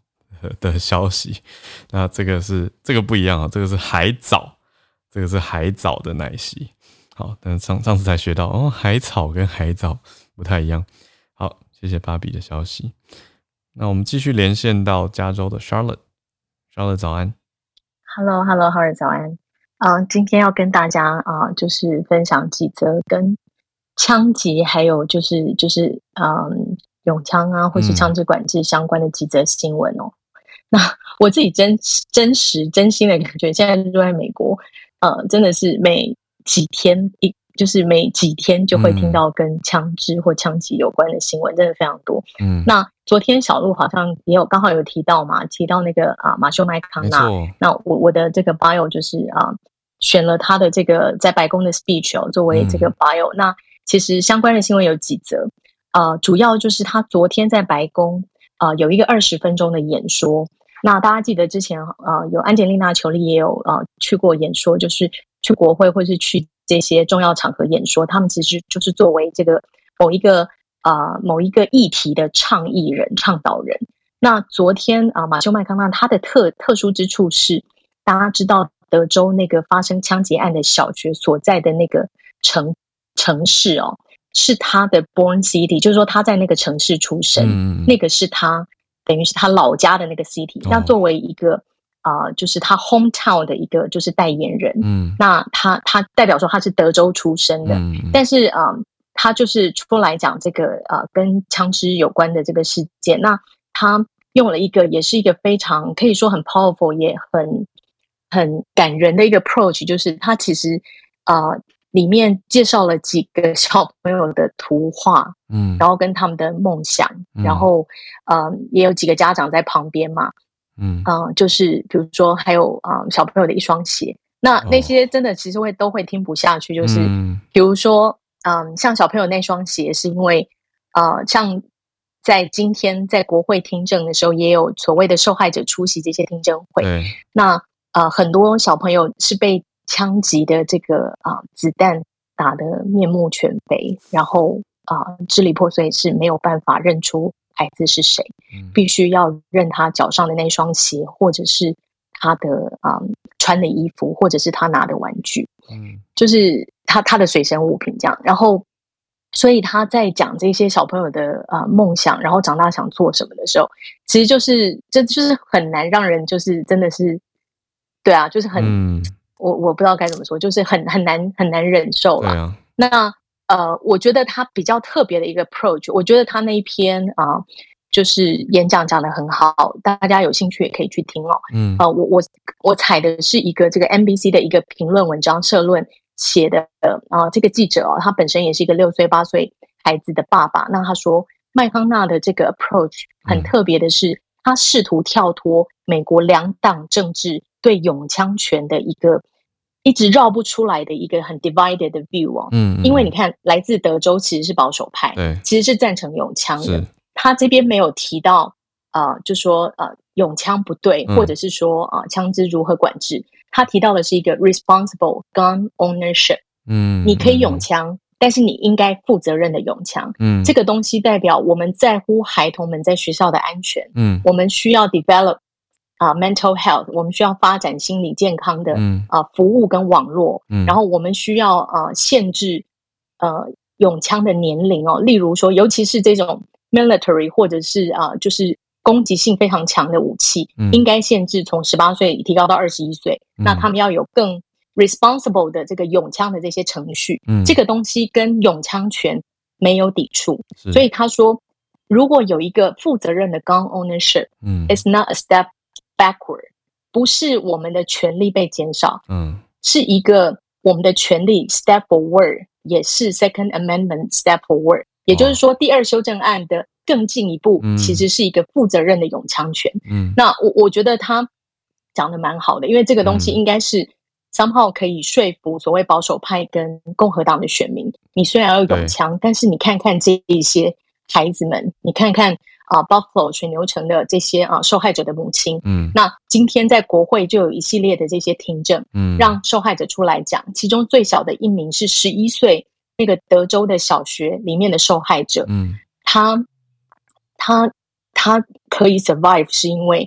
的的消息。那这个是这个不一样啊，这个是海藻，这个是海藻的奶昔。好，但上上次才学到哦，海草跟海藻不太一样。好，谢谢芭比的消息。那我们继续连线到加州的 Charlotte，Charlotte 早安。 Hello Hello 浩尔早安。呃，今天要跟大家啊、呃，就是分享几则跟枪击还有就是就是嗯拥枪啊或是枪支管制相关的几则新闻哦。嗯、那我自己真真实真心的感觉，现在住在美国，呃，真的是每几天一就是每几天就会听到跟枪支或枪击有关的新闻，嗯、真的非常多。嗯，那昨天小鹿好像也有刚好有提到嘛，提到那个啊马修麦康纳。那我我的这个 bio 就是啊选了他的这个在白宫的 speech 哦作为这个 bio、嗯。那其实相关的新闻有几则，呃，主要就是他昨天在白宫啊、呃、有一个二十分钟的演说。那大家记得之前啊、呃、有安吉丽娜·裘丽也有啊、呃、去过演说，就是去国会或是去这些重要场合演说，他们其实就是作为这个某一个啊、呃、某一个议题的倡议人、倡导人。那昨天啊、呃、马修麦康纳他的特特殊之处是，大家知道德州那个发生枪击案的小学所在的那个城城市哦，是他的 born city， 就是说他在那个城市出生，嗯、那个是他等于是他老家的那个 city。那作为一个啊、呃，就是他 hometown 的一个就是代言人，嗯，那他他代表说他是德州出生的，嗯、但是啊、呃，他就是出来讲这个呃跟枪支有关的这个事件，那他用了一个也是一个非常可以说很 powerful 也很很感人的一个 approach， 就是他其实啊、呃、里面介绍了几个小朋友的图画，嗯，然后跟他们的梦想，嗯、然后呃也有几个家长在旁边嘛。嗯、呃、就是比如说还有啊、呃、小朋友的一双鞋，那那些真的其实会都会听不下去，就是比如说嗯、呃、像小朋友那双鞋是因为呃像在今天在国会听证的时候也有所谓的受害者出席这些听证会，那呃很多小朋友是被枪击的这个啊、呃、子弹打得面目全非，然后啊、呃支离破碎，是没有办法认出孩子是谁，必须要认他脚上的那双鞋，或者是他的啊、呃、穿的衣服，或者是他拿的玩具，嗯，就是他他的随身物品这样。然后，所以他在讲这些小朋友的啊、呃、梦想，然后长大想做什么的时候，其实就是这就是很难让人就是真的是，对啊，就是很，嗯、我我不知道该怎么说，就是很很难很难忍受啦。啊、那。呃，我觉得他比较特别的一个 approach， 我觉得他那一篇啊、呃，就是演讲讲得很好，大家有兴趣也可以去听哦。嗯，呃，我我我采的是一个这个 N B C 的一个评论文章社论写的啊、呃，这个记者哦，他本身也是一个六岁八岁孩子的爸爸。那他说麦康纳的这个 approach 很特别的是，嗯、他试图跳脱美国两党政治对拥枪权的一个。一直绕不出来的一个很 divided 的 view 哦，嗯，因为你看，来自德州其实是保守派，对，其实是赞成拥枪的。他这边没有提到，呃，就说呃拥枪不对，嗯、或者是说啊、呃、枪支如何管制。他提到的是一个 responsible gun ownership，嗯，你可以拥枪，嗯、但是你应该负责任的拥枪，嗯，这个东西代表我们在乎孩童们在学校的安全，嗯，我们需要 develop。啊、uh, ，mental health， 我们需要发展心理健康的啊、嗯呃、服务跟网络，嗯、然后我们需要啊、呃、限制呃拥枪的年龄哦，例如说，尤其是这种 military 或者是啊、呃、就是攻击性非常强的武器，嗯、应该限制从十八岁提高到二十一岁，嗯、那他们要有更 responsible 的这个拥枪的这些程序，嗯、这个东西跟拥枪权没有抵触，所以他说，如果有一个负责任的 gun ownership，嗯、，it's not a step backward， 不是我们的权利被减少，嗯，是一个我们的权利 step forward， 也是 Second Amendment step forward， 也就是说，第二修正案的更进一步，嗯、其实是一个负责任的拥枪权。嗯，那我我觉得他讲的蛮好的，因为这个东西应该是 somehow 可以说服所谓保守派跟共和党的选民。你虽然要拥枪，但是你看看这一些孩子们，你看看。啊 ，Buffalo 水牛城的这些啊受害者的母亲，嗯，那今天在国会就有一系列的这些听证，嗯，让受害者出来讲，其中最小的一名是十一岁，那个德州的小学里面的受害者，嗯，他他他可以 survive 是因为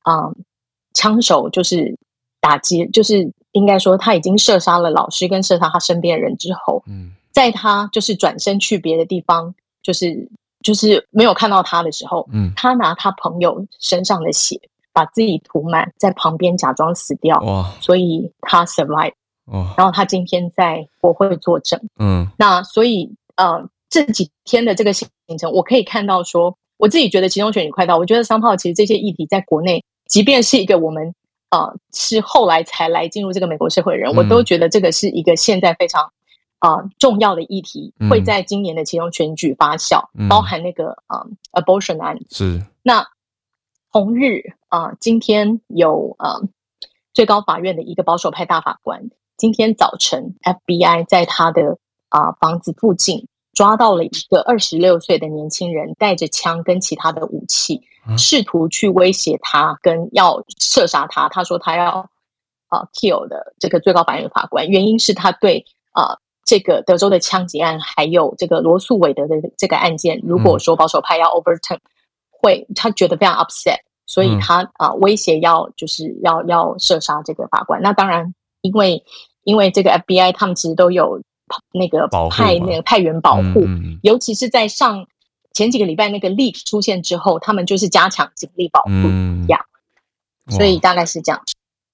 啊、嗯、枪手就是打击，就是应该说他已经射杀了老师跟射杀他身边的人之后，嗯，在他就是转身去别的地方，就是就是没有看到他的时候，嗯，他拿他朋友身上的血把自己涂满，在旁边假装死掉，哇，所以他 survive， 哇，然后他今天在国会作证，嗯，那所以呃这几天的这个行程，我可以看到说，我自己觉得期中选举快到，我觉得商炮其实这些议题在国内，即便是一个我们呃是后来才来进入这个美国社会的人，嗯，我都觉得这个是一个现在非常呃重要的议题，嗯，会在今年的期中选举发酵，嗯，包含那个呃 abortion 案是那。同日啊、呃，今天有呃最高法院的一个保守派大法官，今天早晨 F B I 在他的啊、呃、房子附近抓到了一个二十六岁的年轻人，带着枪跟其他的武器，嗯，试图去威胁他，跟要射杀他。他说他要啊、呃、kill 的这个最高法院法官，原因是他对啊、呃、这个德州的枪击案，还有这个罗素韦德的这个案件，如果说保守派要 overturn，会他觉得非常 upset。所以他啊、呃、威胁要就是要要射杀这个法官。那当然，因为因为这个 F B I 他们其实都有那个派那个派员保护，嗯，尤其是在上前几个礼拜那个 leak 出现之后，他们就是加强警力保护呀。嗯 yeah, 所以大概是这样。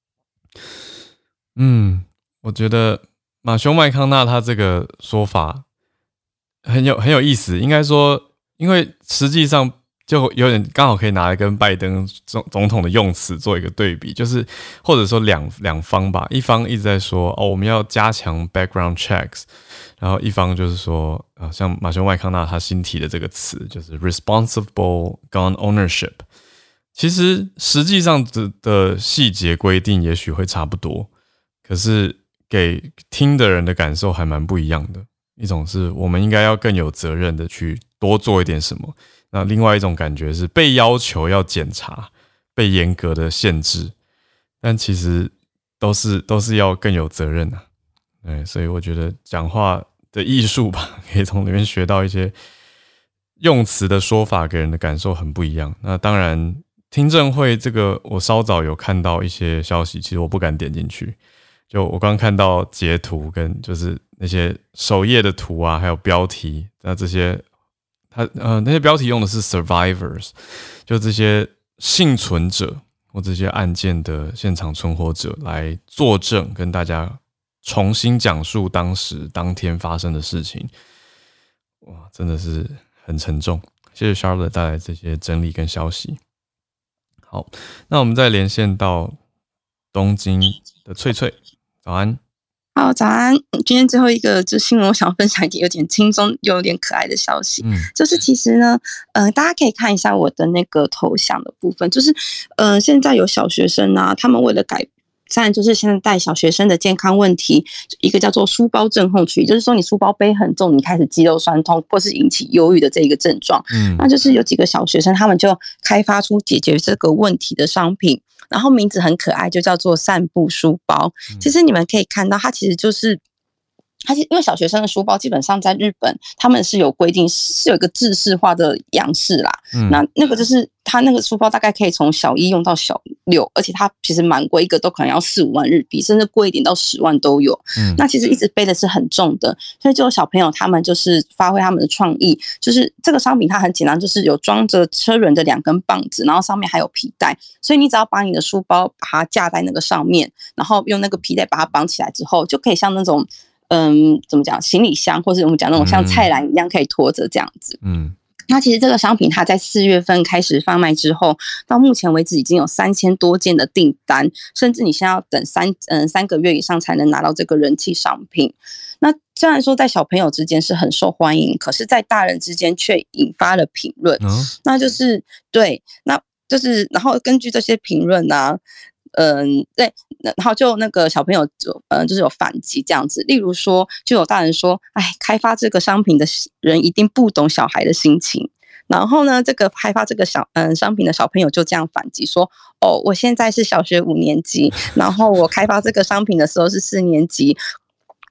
嗯，我觉得马修麦康纳他这个说法很有很有意思，应该说，因为实际上。就有点刚好可以拿来跟拜登总总统的用词做一个对比，就是或者说两两方吧，一方一直在说哦我们要加强 background checks， 然后一方就是说啊，像马修麦康纳他新提的这个词就是 responsible gun ownership， 其实实际上的的细节规定也许会差不多，可是给听的人的感受还蛮不一样的。一种是我们应该要更有责任的去多做一点什么。那另外一种感觉是被要求要检查，被严格的限制，但其实都是都是要更有责任啊。对，所以我觉得讲话的艺术吧，可以从里面学到一些用词的说法，给人的感受很不一样。那当然，听证会这个我稍早有看到一些消息，其实我不敢点进去。就我刚看到截图跟就是那些首页的图啊，还有标题，那这些。他呃那些标题用的是 survivors， 就这些幸存者或这些案件的现场存活者来作证，跟大家重新讲述当时当天发生的事情。哇，真的是很沉重。谢谢 Charlotte 带来这些整理跟消息。好，那我们再连线到东京的翠翠，早安。 好，早安！今天最后一个就新闻，我想要分享一点有点轻松又有点可爱的消息，嗯，就是其实呢，呃，大家可以看一下我的那个头像的部分，就是，呃，现在有小学生啊，他们为了改善，就是现在带小学生的健康问题，一个叫做书包症候群，就是说你书包背很重，你开始肌肉酸痛，或是引起忧郁的这一个症状，嗯，那就是有几个小学生，他们就开发出解决这个问题的商品。然后名字很可爱，就叫做散步书包。其实你们可以看到，它其实就是它因为小学生的书包基本上在日本，他们是有规定，是有一个制式化的样式啦。嗯、那那个就是它那个书包大概可以从小一用到小六，而且它其实蛮贵，一个都可能要四五万日币，甚至贵一点到十万都有。嗯、那其实一直背的是很重的，所以就有小朋友他们就是发挥他们的创意，就是这个商品它很简单，就是有装着车轮的两根棒子，然后上面还有皮带，所以你只要把你的书包把它架在那个上面，然后用那个皮带把它绑起来之后，就可以像那种。嗯，怎么讲？行李箱，或者我们讲那种像菜篮一样可以拖着这样子。嗯，那其实这个商品它在四月份开始贩卖之后，到目前为止已经有三千多件的订单，甚至你现在要等三嗯三个月以上才能拿到这个人气商品。那虽然说在小朋友之间是很受欢迎，可是在大人之间却引发了评论。嗯，那就是对，那就是然后根据这些评论啊。嗯，对，然后就那个小朋友就嗯，就是有反击这样子，例如说，就有大人说，哎，开发这个商品的人一定不懂小孩的心情。然后呢，这个开发这个小嗯商品的小朋友就这样反击说，哦，我现在是小学五年级，然后我开发这个商品的时候是四年级。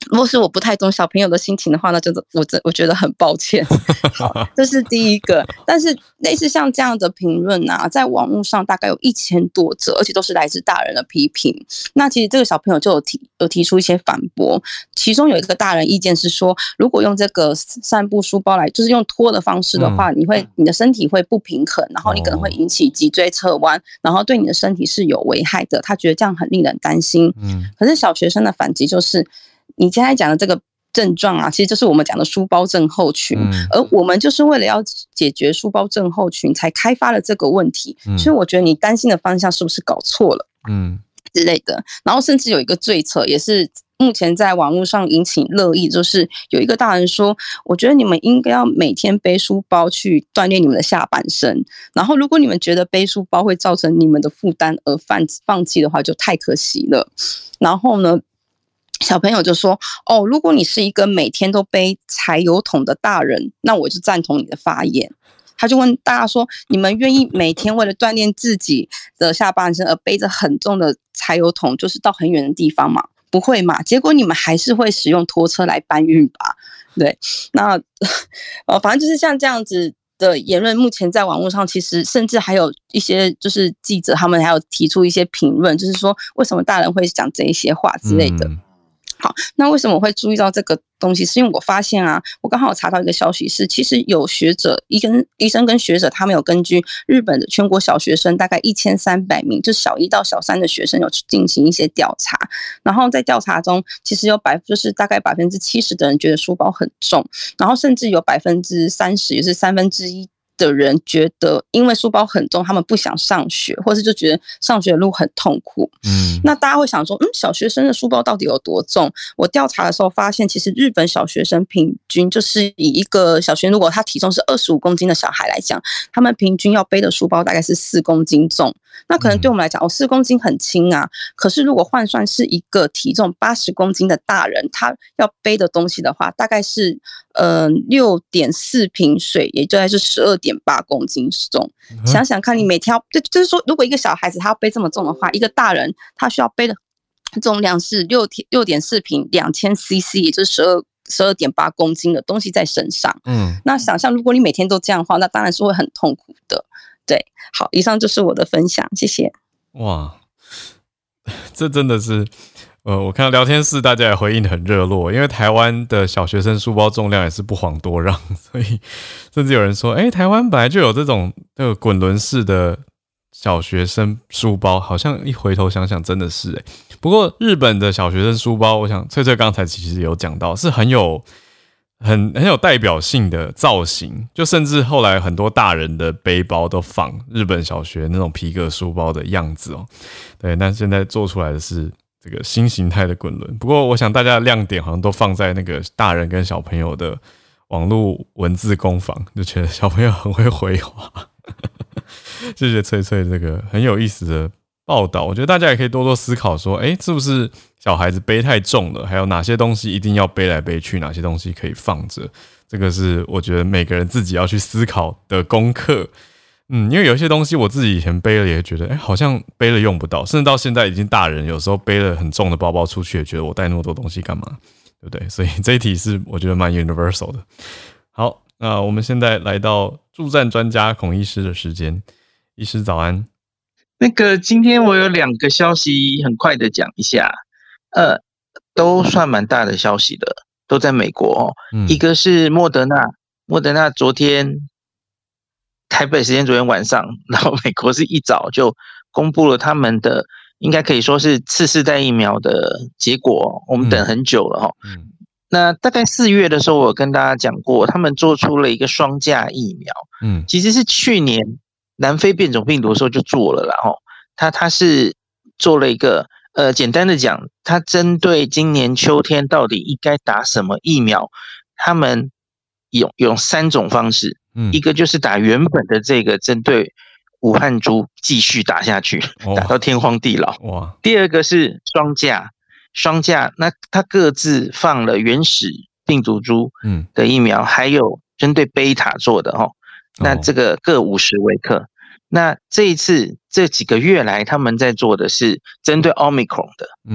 如果是我不太懂小朋友的心情的话，那就我我觉得很抱歉。好，这是第一个。但是类似像这样的评论啊，在网络上大概有一千多则，而且都是来自大人的批评。那其实这个小朋友就有提有提出一些反驳，其中有一个大人意见是说，如果用这个散步书包来，就是用拖的方式的话，嗯、你会你的身体会不平衡，然后你可能会引起脊椎侧弯，然后对你的身体是有危害的。他觉得这样很令人担心。嗯，可是小学生的反击就是。你现在讲的这个症状啊，其实就是我们讲的书包症候群，嗯、而我们就是为了要解决书包症候群才开发了这个问题，嗯、所以我觉得你担心的方向是不是搞错了，嗯，之类的。然后甚至有一个最扯，也是目前在网络上引起热议，就是有一个大人说，我觉得你们应该要每天背书包去锻炼你们的下半身，然后如果你们觉得背书包会造成你们的负担而放放弃的话，就太可惜了。然后呢？小朋友就说：“哦，如果你是一个每天都背柴油桶的大人，那我就赞同你的发言。”他就问大家说：“你们愿意每天为了锻炼自己的下半身而背着很重的柴油桶，就是到很远的地方吗？不会嘛？结果你们还是会使用拖车来搬运吧？”对，那呃，反正就是像这样子的言论，目前在网络上其实甚至还有一些就是记者他们还有提出一些评论，就是说为什么大人会讲这一些话之类的。嗯好，那为什么我会注意到这个东西？是因为我发现啊，我刚好有查到一个消息是，其实有学者、医跟医生跟学者，他们有根据日本的全国小学生大概一千三百名，就是小一到小三的学生，有去进行一些调查。然后在调查中，其实有百就是大概百分之七十的人觉得书包很重，然后甚至有百分之三十，也是三分之一。的人觉得因为书包很重，他们不想上学，或是就觉得上学的路很痛苦。嗯，那大家会想说，嗯，小学生的书包到底有多重？我调查的时候发现，其实日本小学生平均就是以一个小学，如果他体重是二十五公斤的小孩来讲，他们平均要背的书包大概是四公斤重。那可能对我们来讲，哦，四公斤很轻啊。可是如果换算是一个体重八十公斤的大人，他要背的东西的话，大概是呃六点四瓶水，也就大概是十二点八公斤重。嗯、想想看，你每天要，就就是说，如果一个小孩子他要背这么重的话，一个大人他需要背的重量是六六点四瓶两千 C C， 也就是十二十二点八公斤的东西在身上。嗯，那想象如果你每天都这样的话，那当然是会很痛苦的。对，好，以上就是我的分享，谢谢。 哇，这真的是，呃，我看到聊天室大家也回应得很热络，因为台湾的小学生书包重量也是不遑多让，所以甚至有人说，哎、欸，台湾本来就有这种这个滚轮式的小学生书包，好像一回头想想真的是哎、欸。不过日本的小学生书包，我想翠翠刚才其实有讲到，是很有。很很有代表性的造型，就甚至后来很多大人的背包都仿日本小学那种皮革书包的样子哦。对，但现在做出来的是这个新形态的滚轮。不过我想大家的亮点好像都放在那个大人跟小朋友的网络文字攻防，就觉得小朋友很会回话。谢谢翠翠这个很有意思的报道，我觉得大家也可以多多思考说，哎，是不是小孩子背太重了？还有哪些东西一定要背来背去，哪些东西可以放着？这个是我觉得每个人自己要去思考的功课。嗯，因为有些东西我自己以前背了也觉得，哎，好像背了用不到，甚至到现在已经大人，有时候背了很重的包包出去，也觉得我带那么多东西干嘛？对不对？所以这一题是我觉得蛮 universal 的。好，那我们现在来到助战专家孔医师的时间，医师早安。 那个今天我有两个消息，很快的讲一下，呃，都算蛮大的消息的，都在美国哦。嗯、一个是莫德纳，莫德纳昨天台北时间昨天晚上，然后美国是一早就公布了他们的，应该可以说是次世代疫苗的结果，我们等很久了哦。嗯嗯、那大概四月的时候，我有跟大家讲过，他们做出了一个双价疫苗，嗯，其实是去年南非变种病毒的时候就做了啦，齁，他他是做了一个，呃，简单的讲，他针对今年秋天到底应该打什么疫苗，他们用用三种方式，嗯，一个就是打原本的这个针对武汉株继续打下去，哦、打到天荒地老，哇！第二个是双价，双价，那他各自放了原始病毒株的疫苗，嗯、还有针对贝塔做的齁。那这个各五十微克，那这一次这几个月来他们在做的是针对 Omicron 的，嗯，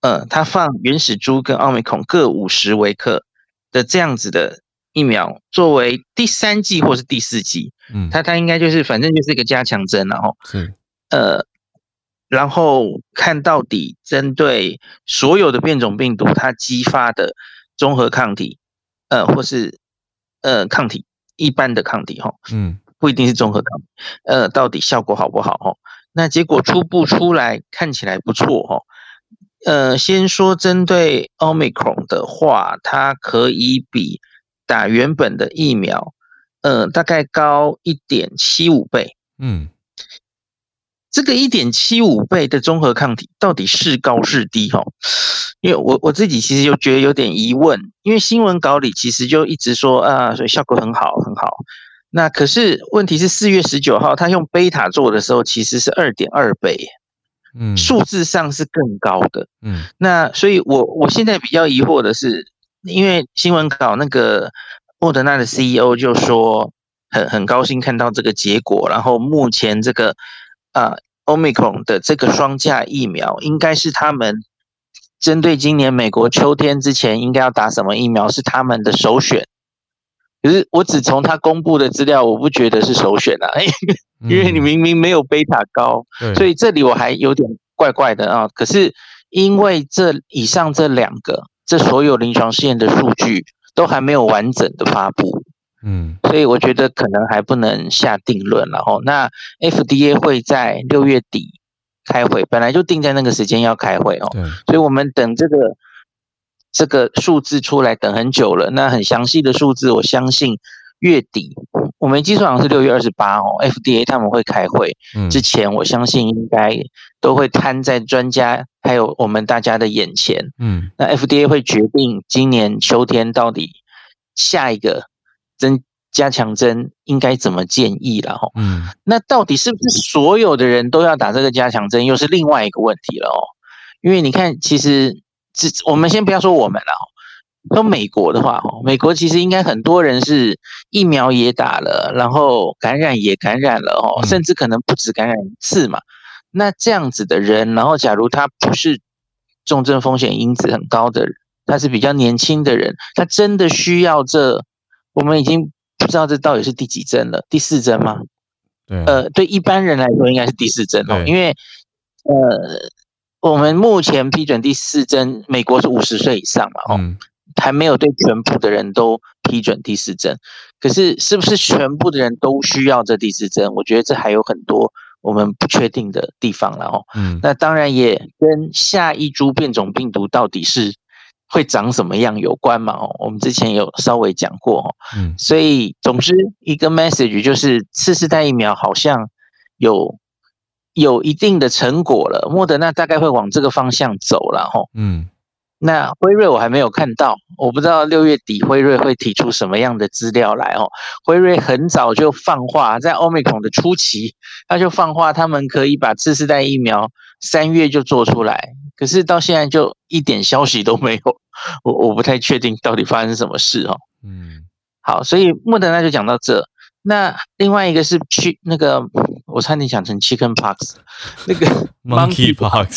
呃，它放原始株跟奥密克戎各五十微克的这样子的疫苗，作为第三剂或是第四剂，嗯，它它应该就是反正就是一个加强针，然后是呃，然后看到底针对所有的变种病毒它激发的综合抗体，呃，或是呃抗体一般的抗体哈，嗯，不一定是综合抗体，呃，到底效果好不好哈？那结果初步出来看起来不错哈。呃，先说针对 Omicron 的话，它可以比打原本的疫苗，呃，大概高 一点七五 倍。嗯，这个 一点七五 倍的综合抗体到底是高是低齁？因为我我自己其实就觉得有点疑问，因为新闻稿里其实就一直说啊，所以效果很好很好。那可是问题是四月十九号他用贝塔做的时候，其实是 二点二 倍。嗯，数字上是更高的。嗯，那所以我我现在比较疑惑的是，因为新闻稿那个莫德纳的 C E O 就说很很高兴看到这个结果，然后目前这个啊 Omicron 的这个双价疫苗应该是他们针对今年美国秋天之前应该要打什么疫苗是他们的首选。可是我只从他公布的资料，我不觉得是首选啊，因为你明明没有贝塔高，嗯，所以这里我还有点怪怪的啊。可是因为这以上这两个，这所有临床试验的数据都还没有完整的发布，嗯，所以我觉得可能还不能下定论了哦。那 F D A 会在六月底开会，本来就定在那个时间要开会哦，所以我们等这个。这个数字出来等很久了，那很详细的数字，我相信月底，我没记错好像是六月二十八哦 ，F D A 他们会开会，嗯，之前我相信应该都会摊在专家还有我们大家的眼前，嗯，那 F D A 会决定今年秋天到底下一个针加强针应该怎么建议了哈，嗯，那到底是不是所有的人都要打这个加强针，又是另外一个问题了哦，因为你看其实。我们先不要说我们了，说美国的话，美国其实应该很多人是疫苗也打了，然后感染也感染了哦，甚至可能不止感染一次嘛。那这样子的人，然后假如他不是重症风险因子很高的人，他是比较年轻的人，他真的需要这？我们已经不知道这到底是第几针了，第四针吗？对，呃，对一般人来说应该是第四针哦，因为呃。我们目前批准第四针，美国是五十岁以上嘛，哦，嗯，还没有对全部的人都批准第四针。可是是不是全部的人都需要这第四针？我觉得这还有很多我们不确定的地方了哦。嗯，那当然也跟下一株变种病毒到底是会长什么样有关嘛，哦，我们之前有稍微讲过哦。嗯，所以总之一个 message 就是次世代疫苗好像有。有一定的成果了，莫德纳大概会往这个方向走了齁。嗯，那辉瑞我还没有看到，我不知道六月底辉瑞会提出什么样的资料来哦。辉瑞很早就放话，在 Omicron 的初期，他就放话他们可以把次世代疫苗三月就做出来，可是到现在就一点消息都没有，我我不太确定到底发生什么事哦。嗯，好，所以莫德纳就讲到这。那另外一个是去那个，我差点讲成 chicken pox， 那个 monkey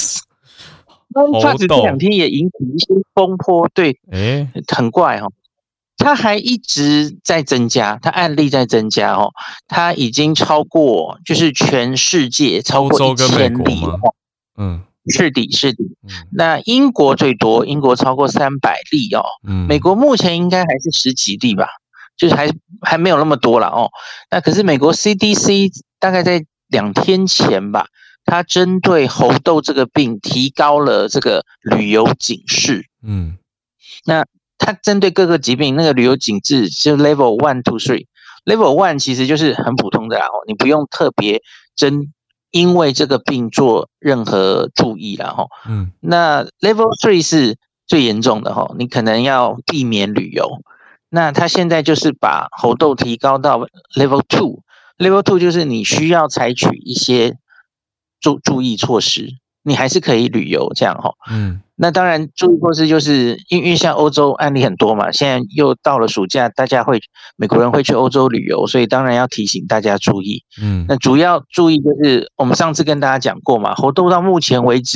pox，monkey pox 这两天也引起一些风波，对，欸，很怪哦，它还一直在增加，它案例在增加哦，它已经超过就是全世界超过一千例哦，嗯，是的，是的，嗯，那英国最多，英国超过三百例哦，嗯，美国目前应该还是十几例吧。就是还还没有那么多了哦，那可是美国 C D C 大概在两天前吧，它针对猴痘这个病提高了这个旅游警示，嗯，那它针对各个疾病那个旅游警示就 level one to three，level one 其实就是很普通的啦哦，你不用特别针因为这个病做任何注意啦哦，嗯，那 level three 是最严重的哦，你可能要避免旅游。那他现在就是把猴痘提高到 level two，level two 就是你需要采取一些注注意措施，你还是可以旅游这样哈。嗯，那当然注意措施就是因为像欧洲案例很多嘛，现在又到了暑假，大家会美国人会去欧洲旅游，所以当然要提醒大家注意。嗯，那主要注意就是我们上次跟大家讲过嘛，猴痘到目前为止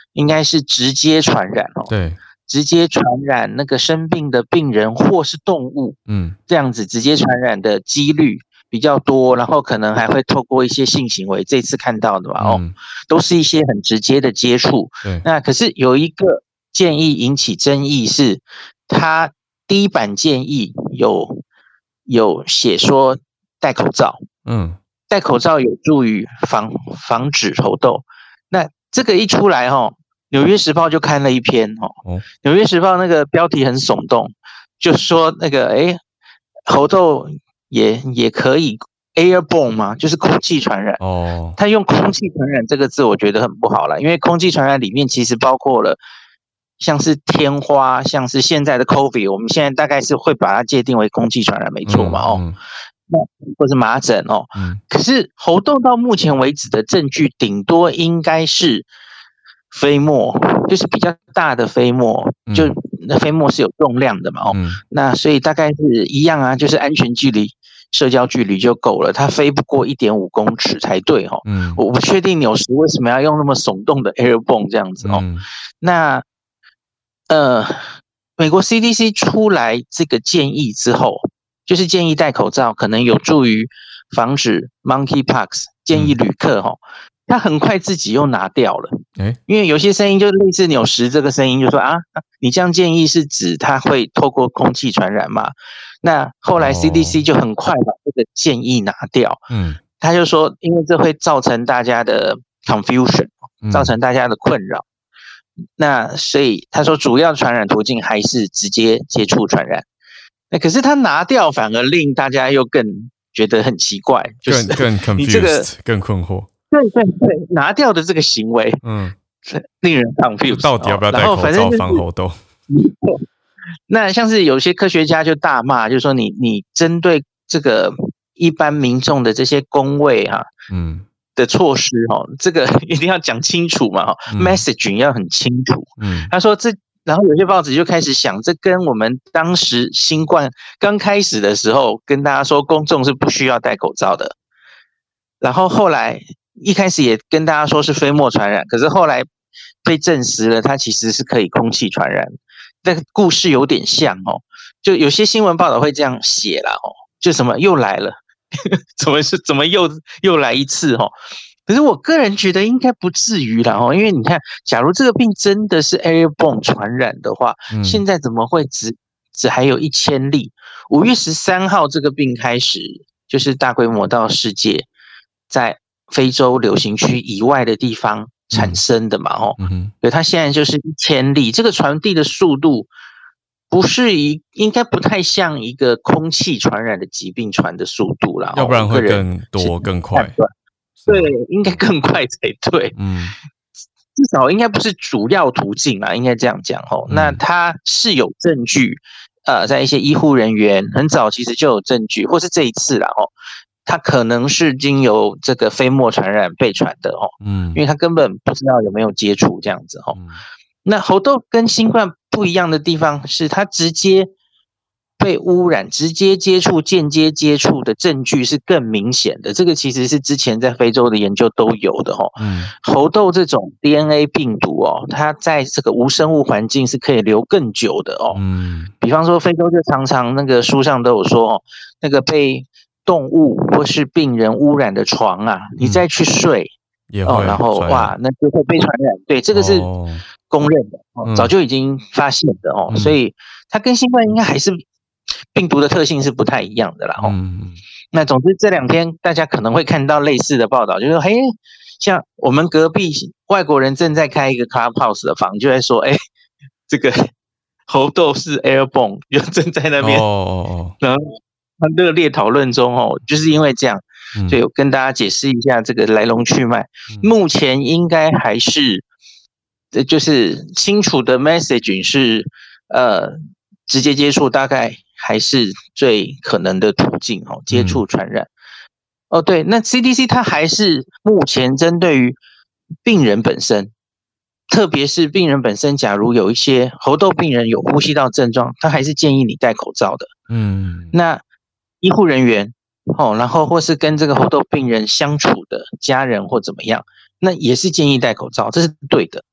应该是直接传染哦， 对， 直接传染那个生病的病人或是动物，嗯，这样子直接传染的几率比较多，然后可能还会透过一些性行为，这次看到的嘛，哦，嗯、都是一些很直接的接触。 对， 那可是有一个建议引起争议是，他第一版建议有有写说戴口罩，嗯，戴口罩有助于防防止猴痘。那这个一出来哦，纽约时报就看了一篇哦，哦纽约时报那个标题很耸动，就说那个诶猴痘也也可以 airborne 嘛，就是空气传染。哦，他用空气传染这个字，我觉得很不好啦，因为空气传染里面其实包括了像是天花，像是现在的 COVID， 我们现在大概是会把它界定为空气传染，没错嘛，哦。嗯嗯那或是麻疹哦，嗯，可是猴痘到目前为止的证据，顶多应该是飞沫，就是比较大的飞沫，嗯、就那飞沫是有重量的嘛，哦，嗯、那所以大概是一样啊，就是安全距离、社交距离就够了，它飞不过一点五公尺才对哦。嗯，我不确定纽时为什么要用那么耸动的 airborne 这样子哦。嗯、那呃，美国 C D C 出来这个建议之后。就是建议戴口罩，可能有助于防止 monkeypox， 建议旅客齁，他很快自己又拿掉了。欸、因为有些声音就类似纽时这个声音就说啊，你这样建议是指它会透过空气传染吗？那后来 C D C 就很快把这个建议拿掉。嗯，他就说，因为这会造成大家的 confusion， 造成大家的困扰。嗯、那所以他说，主要传染途径还是直接接触传染。那可是他拿掉，反而令大家又更觉得很奇怪，就是更更 confused， 你这个更困惑。 对对对，拿掉的这个行为，嗯，令人 confused。 到底要不要戴口罩防猴痘？ 那像是有些科学家就大骂，就是说你你针对这个一般民众的这些公卫哈、啊，嗯的措施哈，这个一定要讲清楚嘛，嗯、messaging 要很清楚。嗯，他说这。然后有些报纸就开始想，这跟我们当时新冠刚开始的时候跟大家说，公众是不需要戴口罩的。然后后来一开始也跟大家说是飞沫传染，可是后来被证实了，它其实是可以空气传染。这个故事有点像哦，就有些新闻报道会这样写啦哦，就什么又来了，怎么是怎么又又来一次哦？可是我个人觉得应该不至于啦哦，因为你看，假如这个病真的是 airborne 传染的话，嗯、现在怎么会只只还有一千例？五月十三号这个病开始就是大规模到世界，在非洲流行区以外的地方产生的嘛哦，嗯、所以它现在就是一千例，这个传递的速度不是一应该不太像一个空气传染的疾病传的速度啦， 要不然会更多更快。 对，应该更快才对。嗯，至少应该不是主要途径啦，应该这样讲吼。嗯、那它是有证据，呃，在一些医护人员很早其实就有证据，或是这一次啦吼，它可能是经由这个飞沫传染被传的吼。嗯，因为它根本不知道有没有接触这样子吼。嗯、那猴痘跟新冠不一样的地方是，它直接被污染，直接接触、间接接触的证据是更明显的。这个其实是之前在非洲的研究都有的哦。嗯，猴痘这种 D N A 病毒哦，它在这个无生物环境是可以留更久的哦。嗯，比方说非洲就常常那个书上都有说哦，那个被动物或是病人污染的床啊，嗯、你再去睡， 也会、哦、 然后哇，那就会被传染。对，这个是公认的，哦、早就已经发现的哦。嗯、所以它跟新冠应该还是。病毒的特性是不太一样的啦，嗯，那总之这两天大家可能会看到类似的报道，就是说，嘿，像我们隔壁外国人正在开一个 Clubhouse 的房，就在说，哎，这个猴痘是 airborne， 就正在那边，哦，然后热烈讨论中哦，就是因为这样，所以我跟大家解释一下这个来龙去脉。嗯、目前应该还是，就是清楚的 messaging 是，呃，直接接触大概。还是最可能的途径哦，接触传染。嗯、哦，对，那 C D C 它还是目前针对于病人本身，特别是病人本身，假如有一些猴痘病人有呼吸道症状，他还是建议你戴口罩的。嗯，那医护人员哦，然后或是跟这个猴痘病人相处的家人或怎么样，那也是建议戴口罩，这是对的。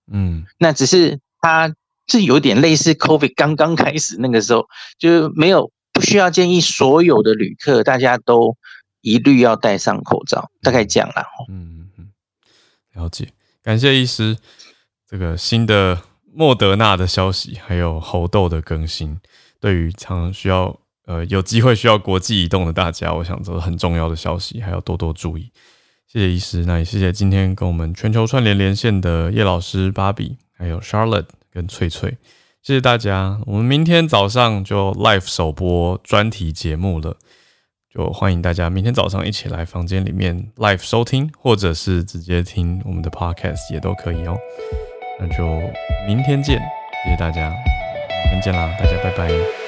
嗯，那只是它是有点类似 COVID 刚刚开始那个时候，就是没有不需要建议所有的旅客大家都一律要戴上口罩，大概这样啦。 嗯嗯，了解，感谢医师。这个新的莫德纳的消息，还有猴痘的更新，对于常常需要呃有机会需要国际移动的大家，我想这是很重要的消息，还要多多注意。谢谢医师，那也谢谢今天跟我们全球串联连线的叶老师、芭比，还有 Charlotte 跟翠翠，谢谢大家。我们明天早上就 live 首播专题节目了，就欢迎大家明天早上一起来房间里面 live 收听，或者是直接听我们的 podcast 也都可以哦。那就明天见，谢谢大家，明天见啦，大家拜拜。